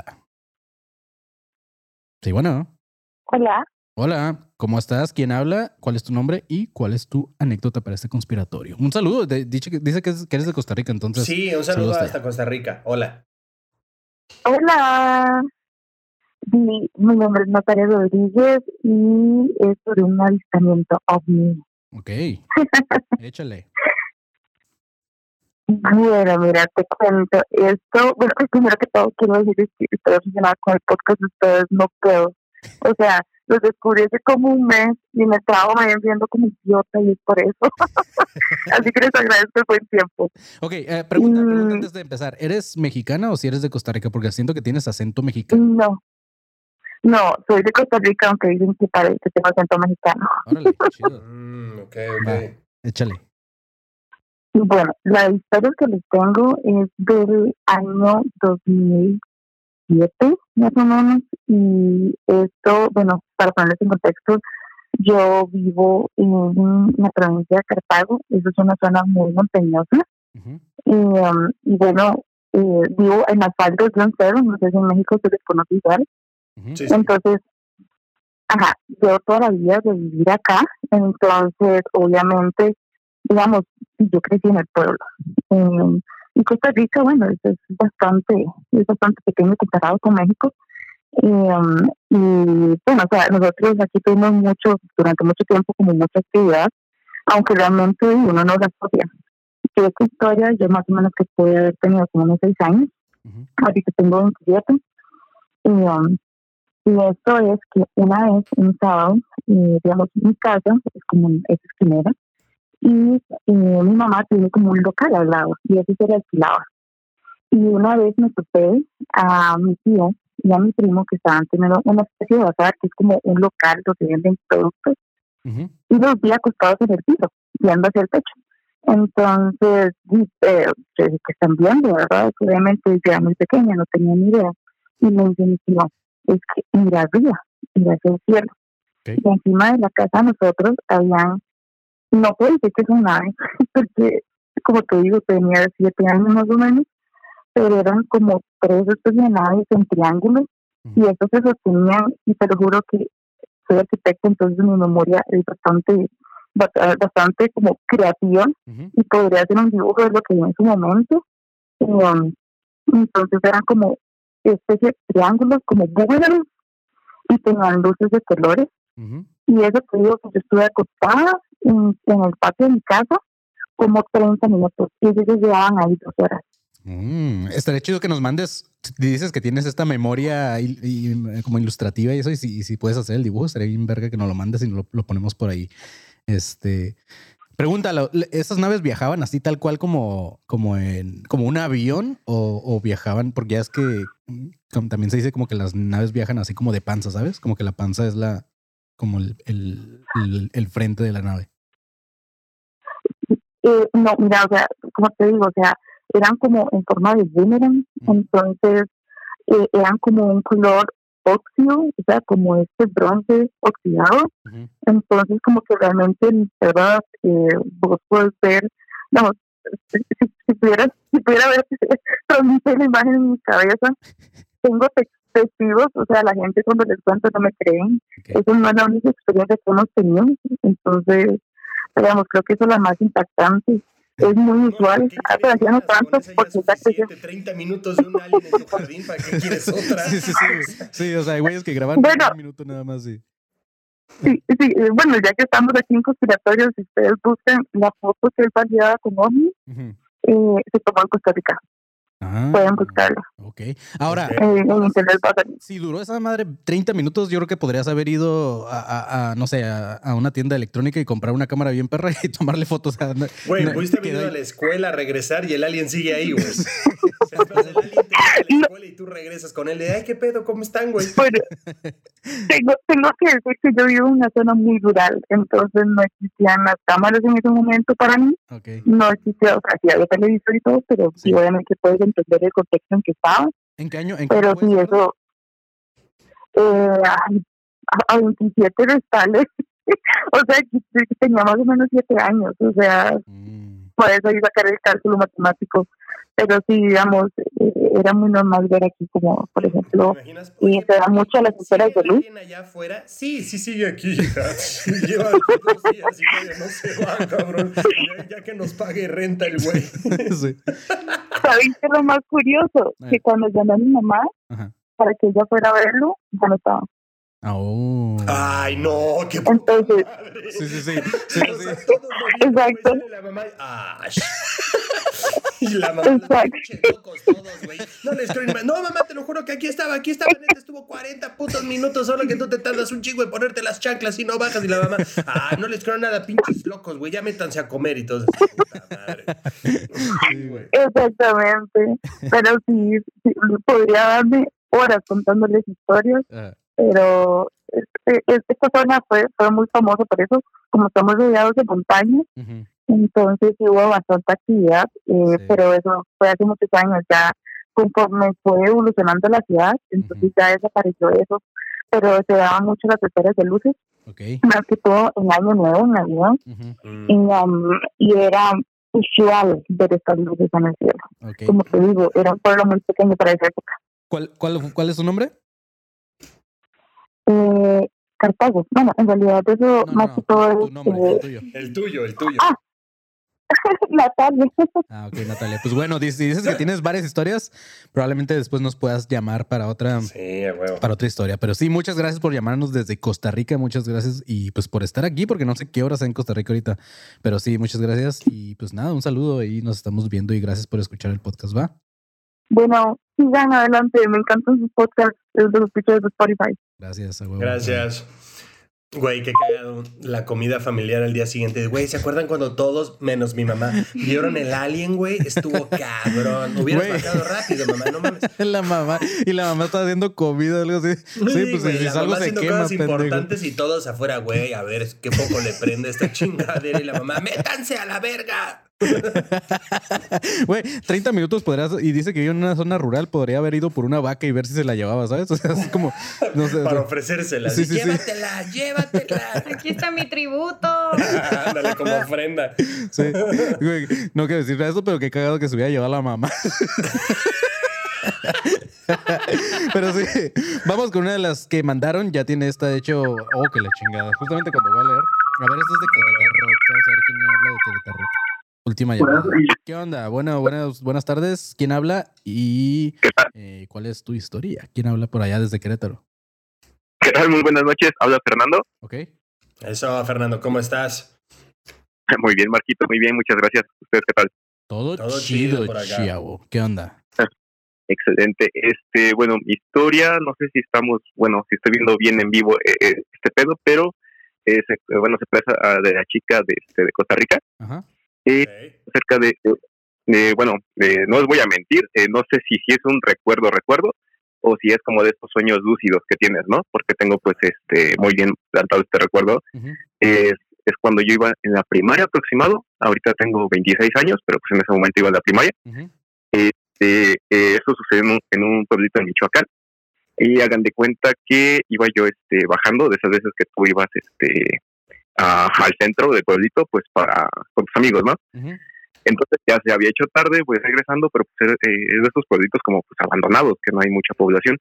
Sí, bueno. Hola, ¿cómo estás? ¿Quién habla? ¿Cuál es tu nombre? ¿Y cuál es tu anécdota para este conspiratorio? Un saludo. Dice que eres de Costa Rica, entonces. Sí, un saludo hasta Costa Rica. Hola. Hola. Mi nombre es Natalia Rodríguez y es sobre un avistamiento ovni. Ok. Échale. Bueno, mira, te cuento esto. Bueno, primero que todo quiero decir que estoy obsesionada con el podcast de ustedes, no puedo. O sea, los descubrí hace como un mes y me trabajo me ven viendo como idiota y es por eso. Así que les agradezco el buen tiempo. Ok, pregunta antes de empezar. ¿Eres mexicana o si eres de Costa Rica? Porque siento que tienes acento mexicano. No, soy de Costa Rica, aunque dicen que parece que tengo acento mexicano. Órale, chido. Ok. Va, échale. Bueno, la historia que les tengo es del año 2007, más o menos, y esto, bueno, para ponerles en contexto, yo vivo en la provincia de Cartago, eso es una zona muy montañosa, y bueno, vivo en las faldas de un cerro, no sé si en México se les conoce igual. Sí. Entonces, yo toda la vida de vivir acá, entonces, obviamente, digamos, yo crecí en el pueblo. Y Costa Rica, bueno, es bastante pequeño comparado con México. Y bueno, o sea, nosotros aquí tuvimos durante mucho tiempo como mucha actividad, aunque realmente uno no la sabía. Y esta historia, yo más o menos que pude haber tenido como unos 6 años, ahorita tengo 27. Y esto es que una vez, un sábado, digamos, mi casa es esquinera, y mi mamá tiene como un local al lado, y eso se le alquilaba. Y una vez me topé a mi tío y a mi primo que estaban teniendo una especie de bazar, que es como un local donde venden productos, y los vi acostados en el piso, viendo hacia el techo. Entonces, ¿qué están viendo, verdad? Obviamente yo era muy pequeña, no tenía ni idea. Y me dice mi tío, es que mira arriba, mira hacia el cielo. Okay. Y encima de la casa nosotros habían, no puedo decir que son naves, porque como te digo, tenía 7 años más o menos, pero eran como 3 especies de naves en triángulos, y estos se sostenían, y te lo juro que soy arquitecto, entonces mi memoria es bastante como creativa, y podría hacer un dibujo de lo que vi en su momento. Entonces eran como especie de triángulos, como búlgaros, y tenían luces de colores. Y eso te digo que yo estuve acostada en el patio de mi casa como 30 minutos, y ellos llevaban ahí 2 horas. Estaría chido que nos mandes, dices que tienes esta memoria y como ilustrativa y eso, y si puedes hacer el dibujo, estaría bien verga que nos lo mandes y lo ponemos por ahí. Pregúntalo, ¿esas naves viajaban así tal cual como un avión o viajaban? Porque ya es que también se dice como que las naves viajan así como de panza, ¿sabes? Como que la panza es como el frente de la nave. No, mira, o sea, como te digo, o sea, eran como en forma de boomerang, entonces eran como un color óxido, o sea, como este bronce oxidado. Entonces como que realmente, verdad, vos puedes ver, no, si pudiera ver, transmite la imagen en mi cabeza. Tengo testigos, o sea, la gente cuando les cuento no me creen. Eso no es la única experiencia que hemos tenido, entonces, digamos, creo que eso es la más impactante. Es muy usual, pero ya no tanto, porque ya 30 minutos de un alien en tu jardín, ¿para qué quieres otra? Sí, o sea, hay güeyes que graban 1 minuto nada más, sí. Sí, bueno, ya que estamos aquí en Conspiratorio, si ustedes buscan la foto que él validaba con OVNI, se tomó en Costa Rica. pueden buscarla. Ok. Ahora, En internet pasa. si duró esa madre 30 minutos, yo creo que podrías haber ido no sé, a una tienda electrónica y comprar una cámara bien perra y tomarle fotos. Güey, pudiste haber ido a la escuela, regresar y el alien sigue ahí, güey. Entonces el alien te lleva a la escuela y tú regresas con él de, ay, qué pedo, ¿cómo están, güey? Bueno, tengo que decir que yo vivo en una zona muy rural, entonces no existían las cámaras en ese momento para mí. Okay. No existía, o sea, sí había televisor y todo, pero sí, obviamente puedes entender el contexto en que estaba. ¿En qué año? Pero sí, eso, a 27 restales, o sea, tenía más o menos 7 años, o sea, por eso iba a sacar el cálculo matemático. Pero sí, digamos, era muy normal ver aquí como, por ejemplo, y se da mucho a las esferas de luz. ¿Alguien allá afuera? Sí, sigue aquí, hija. Lleva 2 días y todavía no se va, cabrón. Ya que nos pague renta el güey. Sí. ¿Sabéis qué es lo más curioso? Que cuando llamé a mi mamá para que ella fuera a verlo, ya no estaba. Oh. Ay, no, qué entonces, sí. Exacto. La mamá, y la mamá, locos todos, güey. No les creo. No, mamá, te lo juro que aquí estaba, neta, estuvo 40 putos minutos, solo que tú te tardas un chingo en ponerte las chanclas y no bajas. Y la mamá, no les creo nada, pinches locos, güey, ya métanse a comer y todo. Puta madre. Sí, güey. Exactamente. Pero sí, podría darme horas contándoles historias. Pero esta zona fue muy famosa por eso, como estamos rodeados de montañas, entonces hubo bastante actividad, pero eso fue hace muchos años. Ya conforme fue evolucionando la ciudad, entonces ya desapareció eso, pero se daban mucho las esferas de luces, más que todo en Año Nuevo, en Navidad, y era usual ver estas luces en el cielo. Como te digo, era un pueblo muy pequeño para esa época. ¿Cuál es su nombre? Cartago. Bueno, en realidad eso más que todo es... Tu nombre, el tuyo. Natalia. Ok, Natalia. Pues bueno, dices que tienes varias historias. Probablemente después nos puedas llamar para otra, para otra historia. Pero sí, muchas gracias por llamarnos desde Costa Rica. Muchas gracias y pues por estar aquí, porque no sé qué horas hay en Costa Rica ahorita. Pero sí, muchas gracias. Y pues nada, un saludo y nos estamos viendo y gracias por escuchar el podcast, ¿va? Bueno, sigan adelante. Me encantan sus podcasts, los escucho de Spotify. Gracias. Gracias. Güey, qué cagado. La comida familiar al día siguiente. Güey, ¿se acuerdan cuando todos, menos mi mamá, vieron el alien, güey? Estuvo cabrón. Hubieras bajado rápido, mamá, no mames. La mamá estaba haciendo comida, algo así. Sí, pues güey, si algo se quema, cosas importantes y todos afuera, güey, a ver qué poco le prende esta chingadera. Y la mamá, ¡métanse a la verga! Güey, 30 minutos podrías, y dice que yo en una zona rural podría haber ido por una vaca y ver si se la llevaba, ¿sabes? O sea, es como, no sé. Para ofrecérsela. Sí, Llévatela. Aquí está mi tributo. Ándale, como ofrenda. Sí, güey, no quiero decir eso, pero qué cagado que se hubiera llevado a la mamá. Pero sí, vamos con una de las que mandaron. Ya tiene esta, de hecho, que la chingada. Justamente cuando voy a leer. A ver, esto es de Querétaro. Vamos a ver quién habla de Querétaro. Última llamada. ¿Qué onda? Buenas tardes. ¿Quién habla? Y ¿cuál es tu historia? ¿Quién habla por allá desde Querétaro? ¿Qué tal? Muy buenas noches. Habla Fernando. Ok. Eso, Fernando, ¿cómo estás? Muy bien, Marquito. Muy bien, muchas gracias. ¿Ustedes qué tal? Todo chido por acá. Chiavo. ¿Qué onda? Excelente. Bueno, mi historia, no sé si si estoy viendo bien en vivo este pedo, pero se trata de la chica de Costa Rica. Ajá. Acerca no les voy a mentir, no sé si es un recuerdo o si es como de estos sueños lúcidos que tienes, ¿no? Porque tengo pues muy bien plantado este recuerdo. Es cuando yo iba en la primaria aproximado, ahorita tengo 26 años, pero pues en ese momento iba en la primaria. Eso sucedió en un pueblito de Michoacán, y hagan de cuenta que iba yo bajando de esas veces que tú ibas al centro del pueblito, pues con tus amigos, ¿no? Entonces ya se había hecho tarde, pues regresando, pero pues es de esos pueblitos como pues abandonados, que no hay mucha población.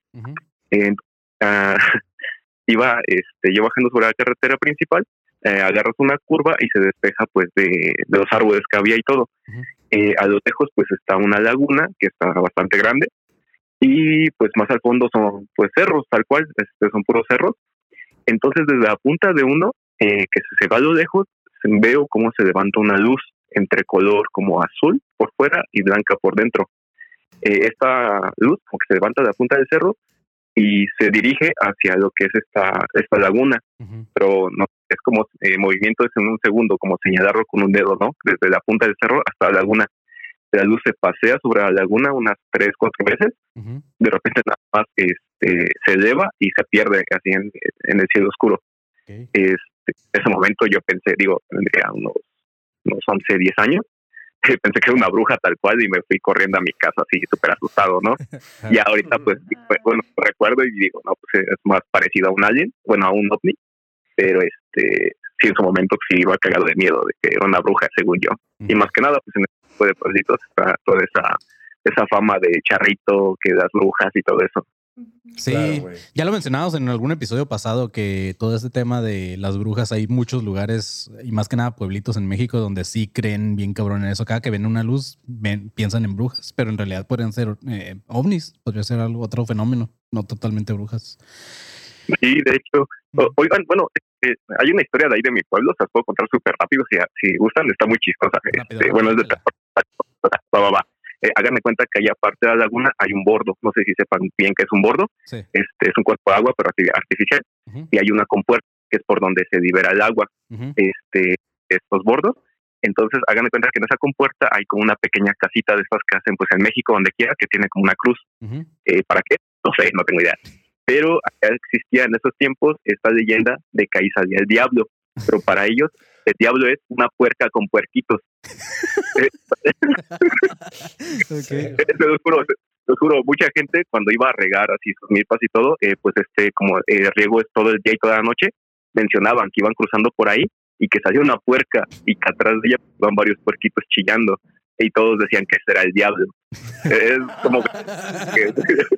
Iba yo bajando sobre la carretera principal, agarras una curva y se despeja pues de los árboles que había y todo. A lo lejos pues está una laguna que está bastante grande, y pues más al fondo son pues cerros, tal cual, son puros cerros. Entonces desde la punta de uno, que se va a lo lejos, veo cómo se levanta una luz entre color como azul por fuera y blanca por dentro. esta luz como que se levanta de la punta del cerro y se dirige hacia lo que es esta laguna, pero no es como movimiento es en un segundo, como señalarlo con un dedo, ¿no? Desde la punta del cerro hasta la laguna. La luz se pasea sobre la laguna unas 3-4 veces, de repente nada más se eleva y se pierde así en el cielo oscuro. En ese momento yo pensé, tendría unos 11, 10 años, pensé que era una bruja tal cual y me fui corriendo a mi casa así súper asustado, ¿no? Y ahorita pues, bueno, recuerdo y digo, no, pues es más parecido a un alien, bueno, a un ovni, pero sí, en su momento sí iba cagado de miedo de que era una bruja, según yo. Y más que nada, pues en el tipo de pueblitos está toda esa fama de charrito, que las brujas y todo eso. Sí, claro, ya lo mencionamos en algún episodio pasado que todo este tema de las brujas, hay muchos lugares y más que nada pueblitos en México donde sí creen bien cabrón en eso. Cada que ven una luz piensan en brujas, pero en realidad podrían ser ovnis, podría ser otro fenómeno, no totalmente brujas. Sí, de hecho, oigan, bueno, hay una historia de ahí de mi pueblo, se las puedo contar súper rápido si gustan, está muy chistosa. Bueno, es de terror. Háganme cuenta que allá aparte de la laguna hay un bordo, no sé si sepan bien qué es un bordo, sí. Es un cuerpo de agua pero artificial, y hay una compuerta que es por donde se libera el agua, estos bordos. Entonces háganme cuenta que en esa compuerta hay como una pequeña casita de estas que hacen pues en México donde quiera, que tiene como una cruz. ¿Para qué? No sé, no tengo idea. Pero acá existía en esos tiempos esta leyenda de que ahí salía el diablo, pero para ellos el diablo es una puerca con puerquitos. Lo juro, mucha gente cuando iba a regar así sus milpas y todo, pues como el riego es todo el día y toda la noche, mencionaban que iban cruzando por ahí y que salía una puerca y que atrás de ella iban varios puerquitos chillando y todos decían que ese era el diablo. Es como que...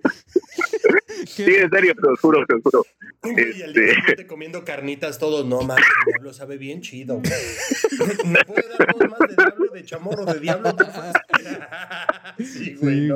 Sí, en serio, te lo juro. Y al día siguiente comiendo carnitas todos, no mames, el diablo sabe bien chido. ¿Me puede dar dos más de diablo, de chamorro, de diablo? Sí, güey.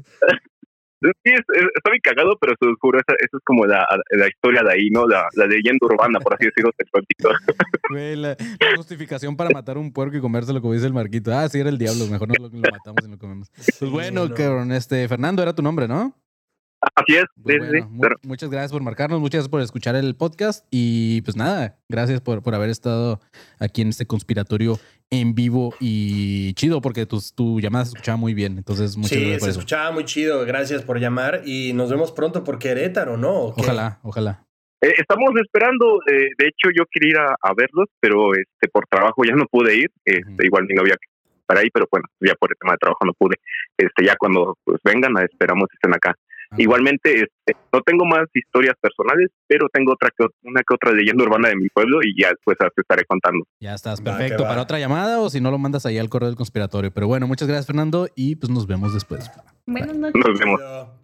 Sí, está bien cagado, pero te lo juro, esa es como la historia de ahí, ¿no? La leyenda urbana, por así decirlo, güey, la justificación para matar un puerco y comérselo, como dice el Marquito. Ah, sí, era el diablo, mejor no lo matamos y lo comemos. Pues bueno, cabrón, Fernando era tu nombre, ¿no? Así es. Pues bueno, muchas gracias por marcarnos, muchas gracias por escuchar el podcast y pues nada, gracias por haber estado aquí en este conspiratorio en vivo y chido porque tu llamada se escuchaba muy bien, entonces muchas gracias por eso. Sí, se escuchaba muy chido, gracias por llamar y nos vemos pronto por Querétaro, ¿no? Ojalá. Estamos esperando, de hecho yo quería ir a verlos, pero por trabajo ya no pude ir, igual mi novia para ahí, pero bueno, ya por el tema de trabajo no pude. Ya cuando pues vengan, esperamos que estén acá. Igualmente, no tengo más historias personales, pero tengo una que otra leyenda urbana de mi pueblo y ya después te estaré contando. Ya estás, perfecto. Para otra llamada o si no lo mandas ahí al correo del conspiratorio. Pero bueno, muchas gracias, Fernando, y pues nos vemos después. Buenas noches. Nos vemos.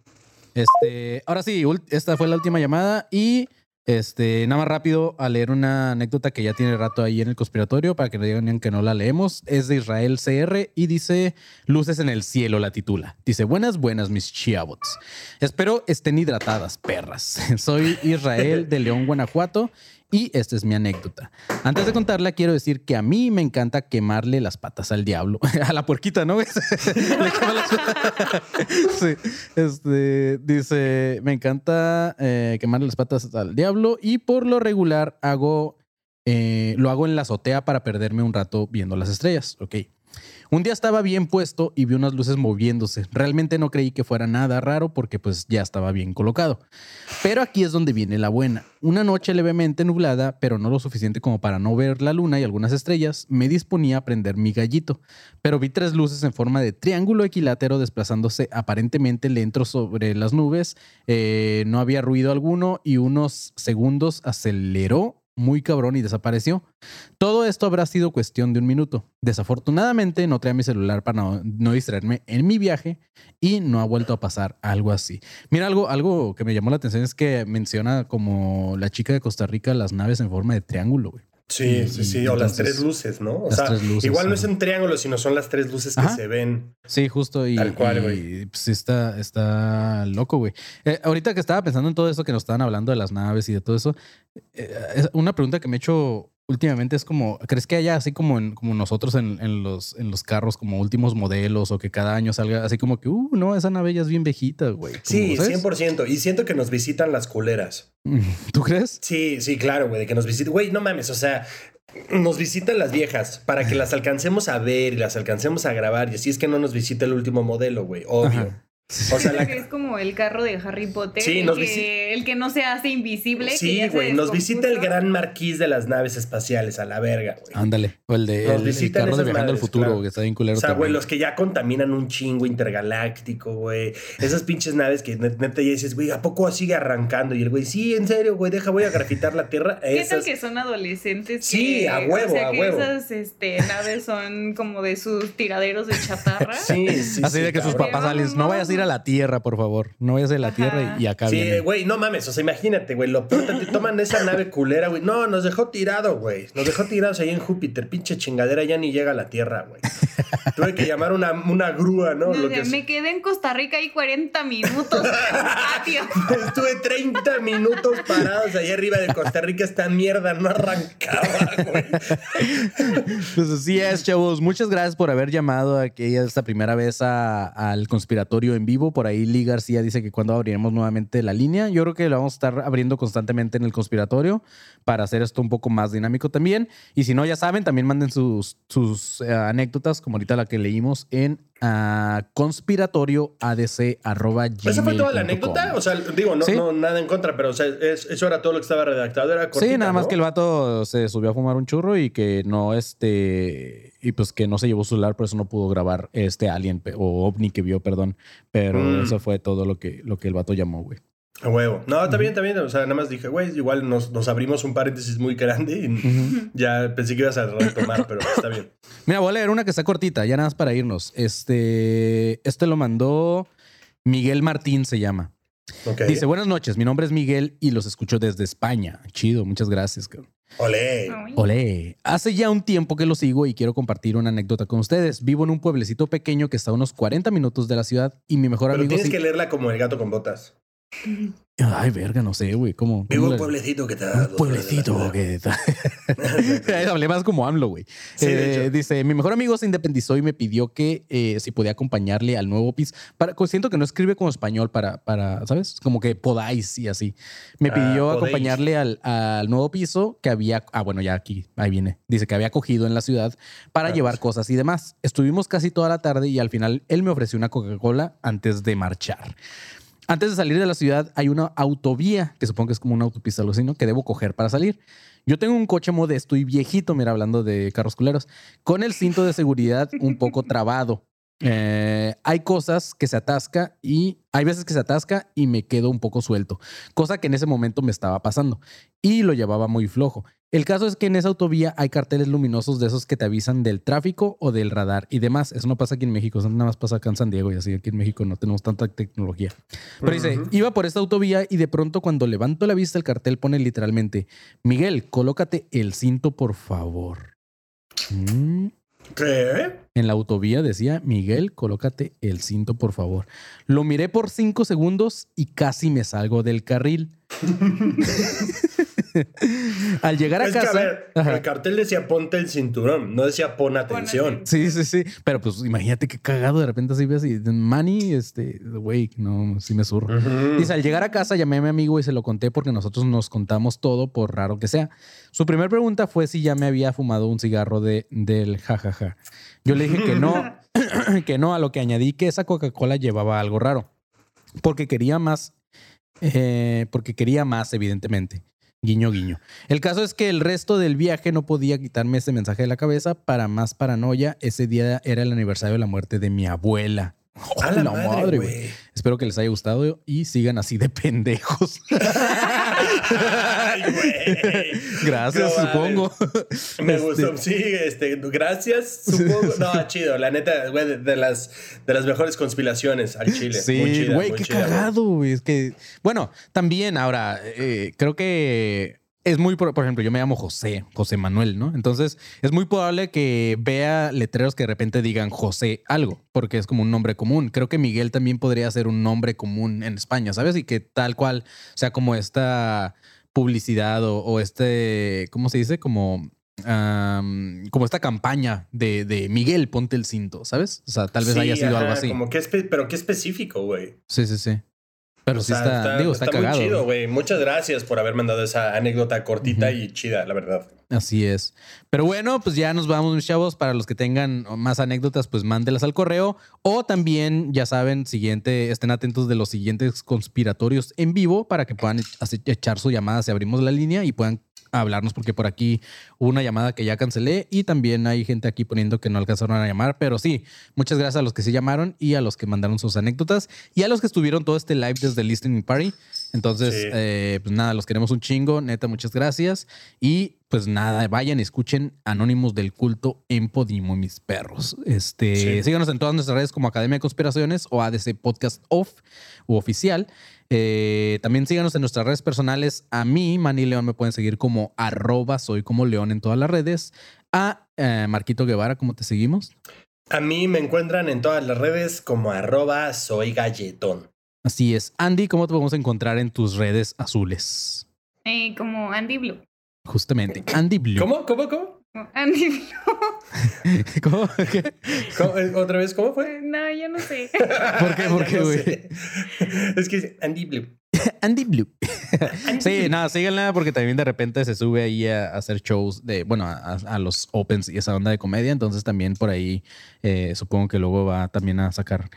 Ahora sí, esta fue la última llamada y nada más rápido a leer una anécdota que ya tiene rato ahí en el conspiratorio para que no digan que no la leemos. Es de Israel CR y dice: Luces en el cielo, la titula. Dice: buenas, mis chiabots. Espero estén hidratadas, perras. Soy Israel de León, Guanajuato. Y esta es mi anécdota. Antes de contarla, quiero decir que a mí me encanta quemarle las patas al diablo. A la puerquita, ¿no? Le quema las patas. Sí. Dice, me encanta quemarle las patas al diablo y por lo regular lo hago en la azotea para perderme un rato viendo las estrellas. Ok. Un día estaba bien puesto y vi unas luces moviéndose. Realmente no creí que fuera nada raro porque pues ya estaba bien colocado. Pero aquí es donde viene la buena. Una noche levemente nublada, pero no lo suficiente como para no ver la luna y algunas estrellas, me disponía a prender mi gallito. Pero vi 3 luces en forma de triángulo equilátero desplazándose aparentemente lento sobre las nubes. No había ruido alguno y unos segundos aceleró muy cabrón y desapareció. Todo esto habrá sido cuestión de 1 minuto. Desafortunadamente no traía mi celular para no distraerme en mi viaje y no ha vuelto a pasar algo así. Mira, algo que me llamó la atención es que menciona como la chica de Costa Rica las naves en forma de triángulo, güey. Sí, o entonces, las 3 luces, ¿no? O sea, igual no es un triángulo, sino son las 3 luces que se ven. Sí, justo. Y, tal cual, güey. Pues está loco, güey. Ahorita que estaba pensando en todo eso que nos estaban hablando de las naves y de todo eso, una pregunta que me he hecho últimamente es como, ¿crees que haya así como nosotros en los carros como últimos modelos o que cada año salga así como que, no, esa nave ya es bien viejita, güey? Sí, ¿sabes? 100%. Y siento que nos visitan las culeras. ¿Tú crees? Sí, claro, güey, de que nos visiten. Güey, no mames, o sea, nos visitan las viejas para que las alcancemos a ver y las alcancemos a grabar. Y así es que no nos visita el último modelo, güey, obvio. Ajá. O sea, es como el carro de Harry Potter, sí, el que no se hace invisible. Sí, güey, nos visita el gran marquís de las naves espaciales a la verga, güey. Ándale. O el de el carro de Viajando al Futuro, claro. Que está bien culero. O sea, güey, los que ya contaminan un chingo intergaláctico, güey. Esas pinches naves que neta ya dices, güey, ¿a poco sigue arrancando? Y el güey, sí, en serio, güey, voy a grafitar la Tierra. ¿Qué tal que son adolescentes? Sí, a huevo, o sea, a que huevo. Esas naves son como de sus tiraderos de chatarra. Sí. Así de que sus papás salen, no vayas a ir a la Tierra, por favor. No vayas a la Tierra y acá viene. Sí, güey, no mames. O sea, imagínate, güey. Lo peor, te toman esa nave culera, güey. No, nos dejó tirado, güey. Nos dejó tirados ahí en Júpiter. Pinche chingadera ya ni llega a la Tierra, güey. Tuve que llamar una grúa, ¿no? Me quedé en Costa Rica ahí 40 minutos. Estuve 30 minutos parados ahí arriba de Costa Rica. Esta mierda no arrancaba, güey. Pues así es, chavos. Muchas gracias por haber llamado aquí esta primera vez al Conspiratorio en vivo. Por ahí Lee García dice que cuando abriremos nuevamente la línea. Yo creo que la vamos a estar abriendo constantemente en el Conspiratorio para hacer esto un poco más dinámico también. Y si no, ya saben, también manden sus anécdotas, como ahorita la que leímos en conspiratorioadc@gmail.com. ¿Esa fue toda la anécdota? O sea, digo, no, ¿sí? No nada en contra, pero o sea, eso era todo lo que estaba redactado. Era cortita, sí, nada más, ¿no? que el vato se subió a fumar un churro y que no, y pues que no se llevó su celular, por eso no pudo grabar alien o ovni que vio, perdón. Pero eso fue todo lo que el vato llamó, güey. A huevo. No, está bien. O sea, nada más dije, güey, igual nos abrimos un paréntesis muy grande y ya pensé que ibas a retomar, pero está bien. Mira, voy a leer una que está cortita, ya nada más para irnos. Este lo mandó Miguel Martín, se llama. Okay. Dice, buenas noches, mi nombre es Miguel y los escucho desde España. Chido, muchas gracias, cabrón. ¡Olé! ¡Olé! Hace ya un tiempo que lo sigo y quiero compartir una anécdota con ustedes. Vivo en un pueblecito pequeño que está a uunos 40 minutos de la ciudad y mi mejor amigo... Pero tienes que leerla como El gato con botas. Ay, verga, no sé, güey. ¿Cómo? Vivo un pueblecito que está... Un pueblecito que está... Hablé más como AMLO, güey. Sí, dice, mi mejor amigo se independizó y me pidió que si podía acompañarle al nuevo piso. Siento que no escribe como español para ¿sabes? Como que podáis y así. Me pidió acompañarle al nuevo piso que había... bueno, ya ahí viene. Dice que había cogido en la ciudad para llevar cosas y demás. Estuvimos casi toda la tarde y al final él me ofreció una Coca-Cola antes de marchar. Antes de salir de la ciudad hay una autovía, que supongo que es como una autopista, lo así, ¿no? Que debo coger para salir. Yo tengo un coche modesto y viejito, mira, hablando de carros culeros, con el cinto de seguridad un poco trabado. Hay cosas que se atasca y hay veces que se atasca y me quedo un poco suelto, cosa que en ese momento me estaba pasando y lo llevaba muy flojo. El caso es que en esa autovía hay carteles luminosos de esos que te avisan del tráfico o del radar y demás. Eso no pasa aquí en México, eso nada más pasa acá en San Diego y así. Aquí en México no tenemos tanta tecnología. Pero dice, iba por esta autovía y de pronto cuando levanto la vista el cartel pone literalmente, Miguel, colócate el cinto por favor. ¿Qué? En la autovía decía, Miguel, colócate el cinto, por favor. Lo miré por 5 segundos y casi me salgo del carril. Al llegar a casa... Que, a ver, el cartel decía ponte el cinturón, no decía pon atención. Sí. Pero pues imagínate qué cagado de repente así ves y Manny, güey, no, sí me zurro. Dice, al llegar a casa llamé a mi amigo y se lo conté porque nosotros nos contamos todo por raro que sea. Su primera pregunta fue si ya me había fumado un cigarro del jajaja. Yo le dije que no, a lo que añadí que esa Coca-Cola llevaba algo raro. Porque quería más, evidentemente. Guiño, guiño. El caso es que el resto del viaje no podía quitarme ese mensaje de la cabeza. Para más paranoia, ese día era el aniversario de la muerte de mi abuela. ¡A la madre, güey! Espero que les haya gustado y sigan así de pendejos. Ay, güey. Gracias, supongo. Me gustó. Sí, gracias, supongo. No, chido. La neta, güey, de las mejores conspiraciones al Chile. Sí, muy chida, güey, muy qué chida, cagado, güey. Es que, bueno, también ahora, creo que es muy, por ejemplo, yo me llamo José Manuel, ¿no? Entonces, es muy probable que vea letreros que de repente digan José algo, porque es como un nombre común. Creo que Miguel también podría ser un nombre común en España, ¿sabes? Y que tal cual sea como esta publicidad o ¿cómo se dice? Como como esta campaña de Miguel, ponte el cinto, ¿sabes? O sea, tal vez haya sido algo así. Como que pero qué específico, güey. Sí. Pero sí está cagado. Muy chido, güey. Muchas gracias por haber mandado esa anécdota cortita y chida, la verdad. Así es. Pero bueno, pues ya nos vamos, mis chavos. Para los que tengan más anécdotas, pues mándelas al correo. O también, ya saben, estén atentos de los siguientes conspiratorios en vivo para que puedan echar su llamada si abrimos la línea y puedan hablarnos, porque por aquí hubo una llamada que ya cancelé y también hay gente aquí poniendo que no alcanzaron a llamar, pero sí, muchas gracias a los que sí llamaron y a los que mandaron sus anécdotas y a los que estuvieron todo este live desde el Listening Party. Entonces, pues nada, los queremos un chingo, neta, muchas gracias. Y pues nada, vayan y escuchen Anónimos del Culto en Podimo, mis perros. Síganos en todas nuestras redes como Academia de Conspiraciones o ADC Podcast Off u Oficial. También síganos en nuestras redes personales. A mí, Manny León, me pueden seguir como @soycomoleón en todas las redes. A Marquito Guevara, ¿cómo te seguimos? A mí me encuentran en todas las redes como @soygalletón. Así es. Andy, ¿cómo te podemos encontrar en tus redes azules? Como Andy Blue. Justamente, Andy Blue. ¿Cómo? Andy Blue. ¿Cómo? ¿Qué? ¿Otra vez cómo fue? No, yo no sé. ¿Por qué, güey? Es que es Andy Blue. Andy Blue. Sí, nada, síganla porque también de repente se sube ahí a hacer shows a los opens y esa onda de comedia. Entonces también por ahí supongo que luego va también a sacar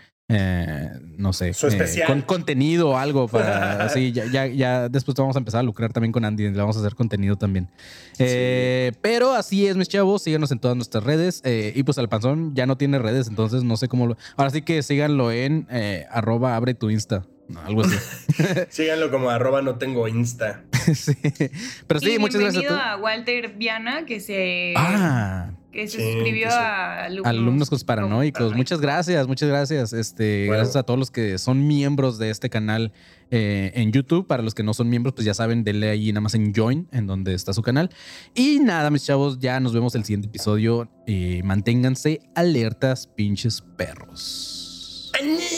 no sé, con contenido o algo para así. Ya después vamos a empezar a lucrar también con Andy. Le vamos a hacer contenido también. Pero así es, mis chavos. Síganos en todas nuestras redes. Y pues al panzón ya no tiene redes, entonces no sé cómo ahora sí que síganlo en @abre tu Insta. No, algo así. Síganlo como @no tengo Insta. Sí. Pero sí, muchas gracias a Walter Viana que se suscribió a Alumnos Conspiranoicos. Muchas gracias. Gracias a todos los que son miembros de este canal en YouTube. Para los que no son miembros, pues ya saben, denle ahí nada más en Join, en donde está su canal. Y nada, mis chavos, ya nos vemos el siguiente episodio. Manténganse alertas, pinches perros.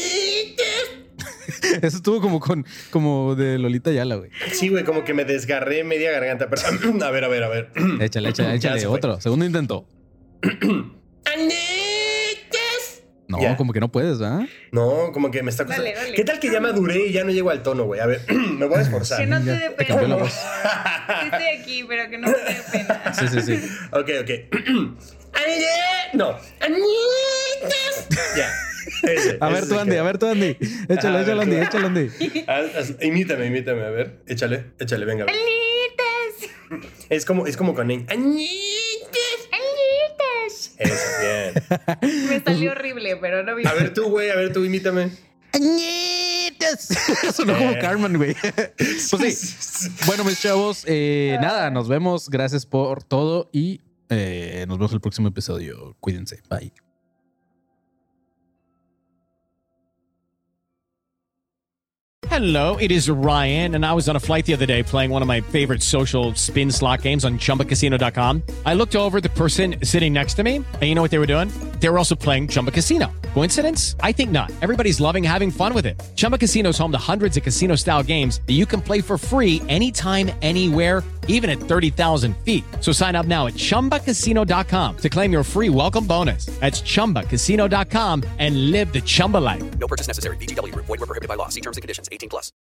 Eso estuvo como de Lolita Ayala, güey. Sí, güey, como que me desgarré media garganta. Pero a ver. Échale otro. Segundo intento. No, ya. Como que no puedes, ¿verdad? No, como que me está costando. Dale. ¿Qué tal que ya maduré y ya no llego al tono, güey? A ver, me voy a esforzar. Que no te dé pena. Estoy aquí, pero que no te dé pena. Sí. Ok. No. Ya. A ver tú, Andy. Échale, Andy. Imítame, a ver. Échale, venga. ¡Alitas! Es como con ¡Alitas! Eso, bien. Me salió horrible, pero no vi. A ver tú, imítame. ¡Añitas! Sonó como Carmen, güey. Pues sí. Bueno, mis chavos, nada, nos vemos. Gracias por todo y nos vemos el próximo episodio. Cuídense. Bye. Hello, it is Ryan, and I was on a flight the other day playing one of my favorite social spin slot games on ChumbaCasino.com. I looked over at the person sitting next to me, and you know what they were doing? They were also playing Chumba Casino. Coincidence? I think not. Everybody's loving having fun with it. Chumba Casino is home to hundreds of casino-style games that you can play for free anytime, anywhere, even at 30,000 feet. So sign up now at ChumbaCasino.com to claim your free welcome bonus. That's ChumbaCasino.com and live the Chumba life. No purchase necessary. VGW. Void where prohibited by law. See terms and conditions. 18+.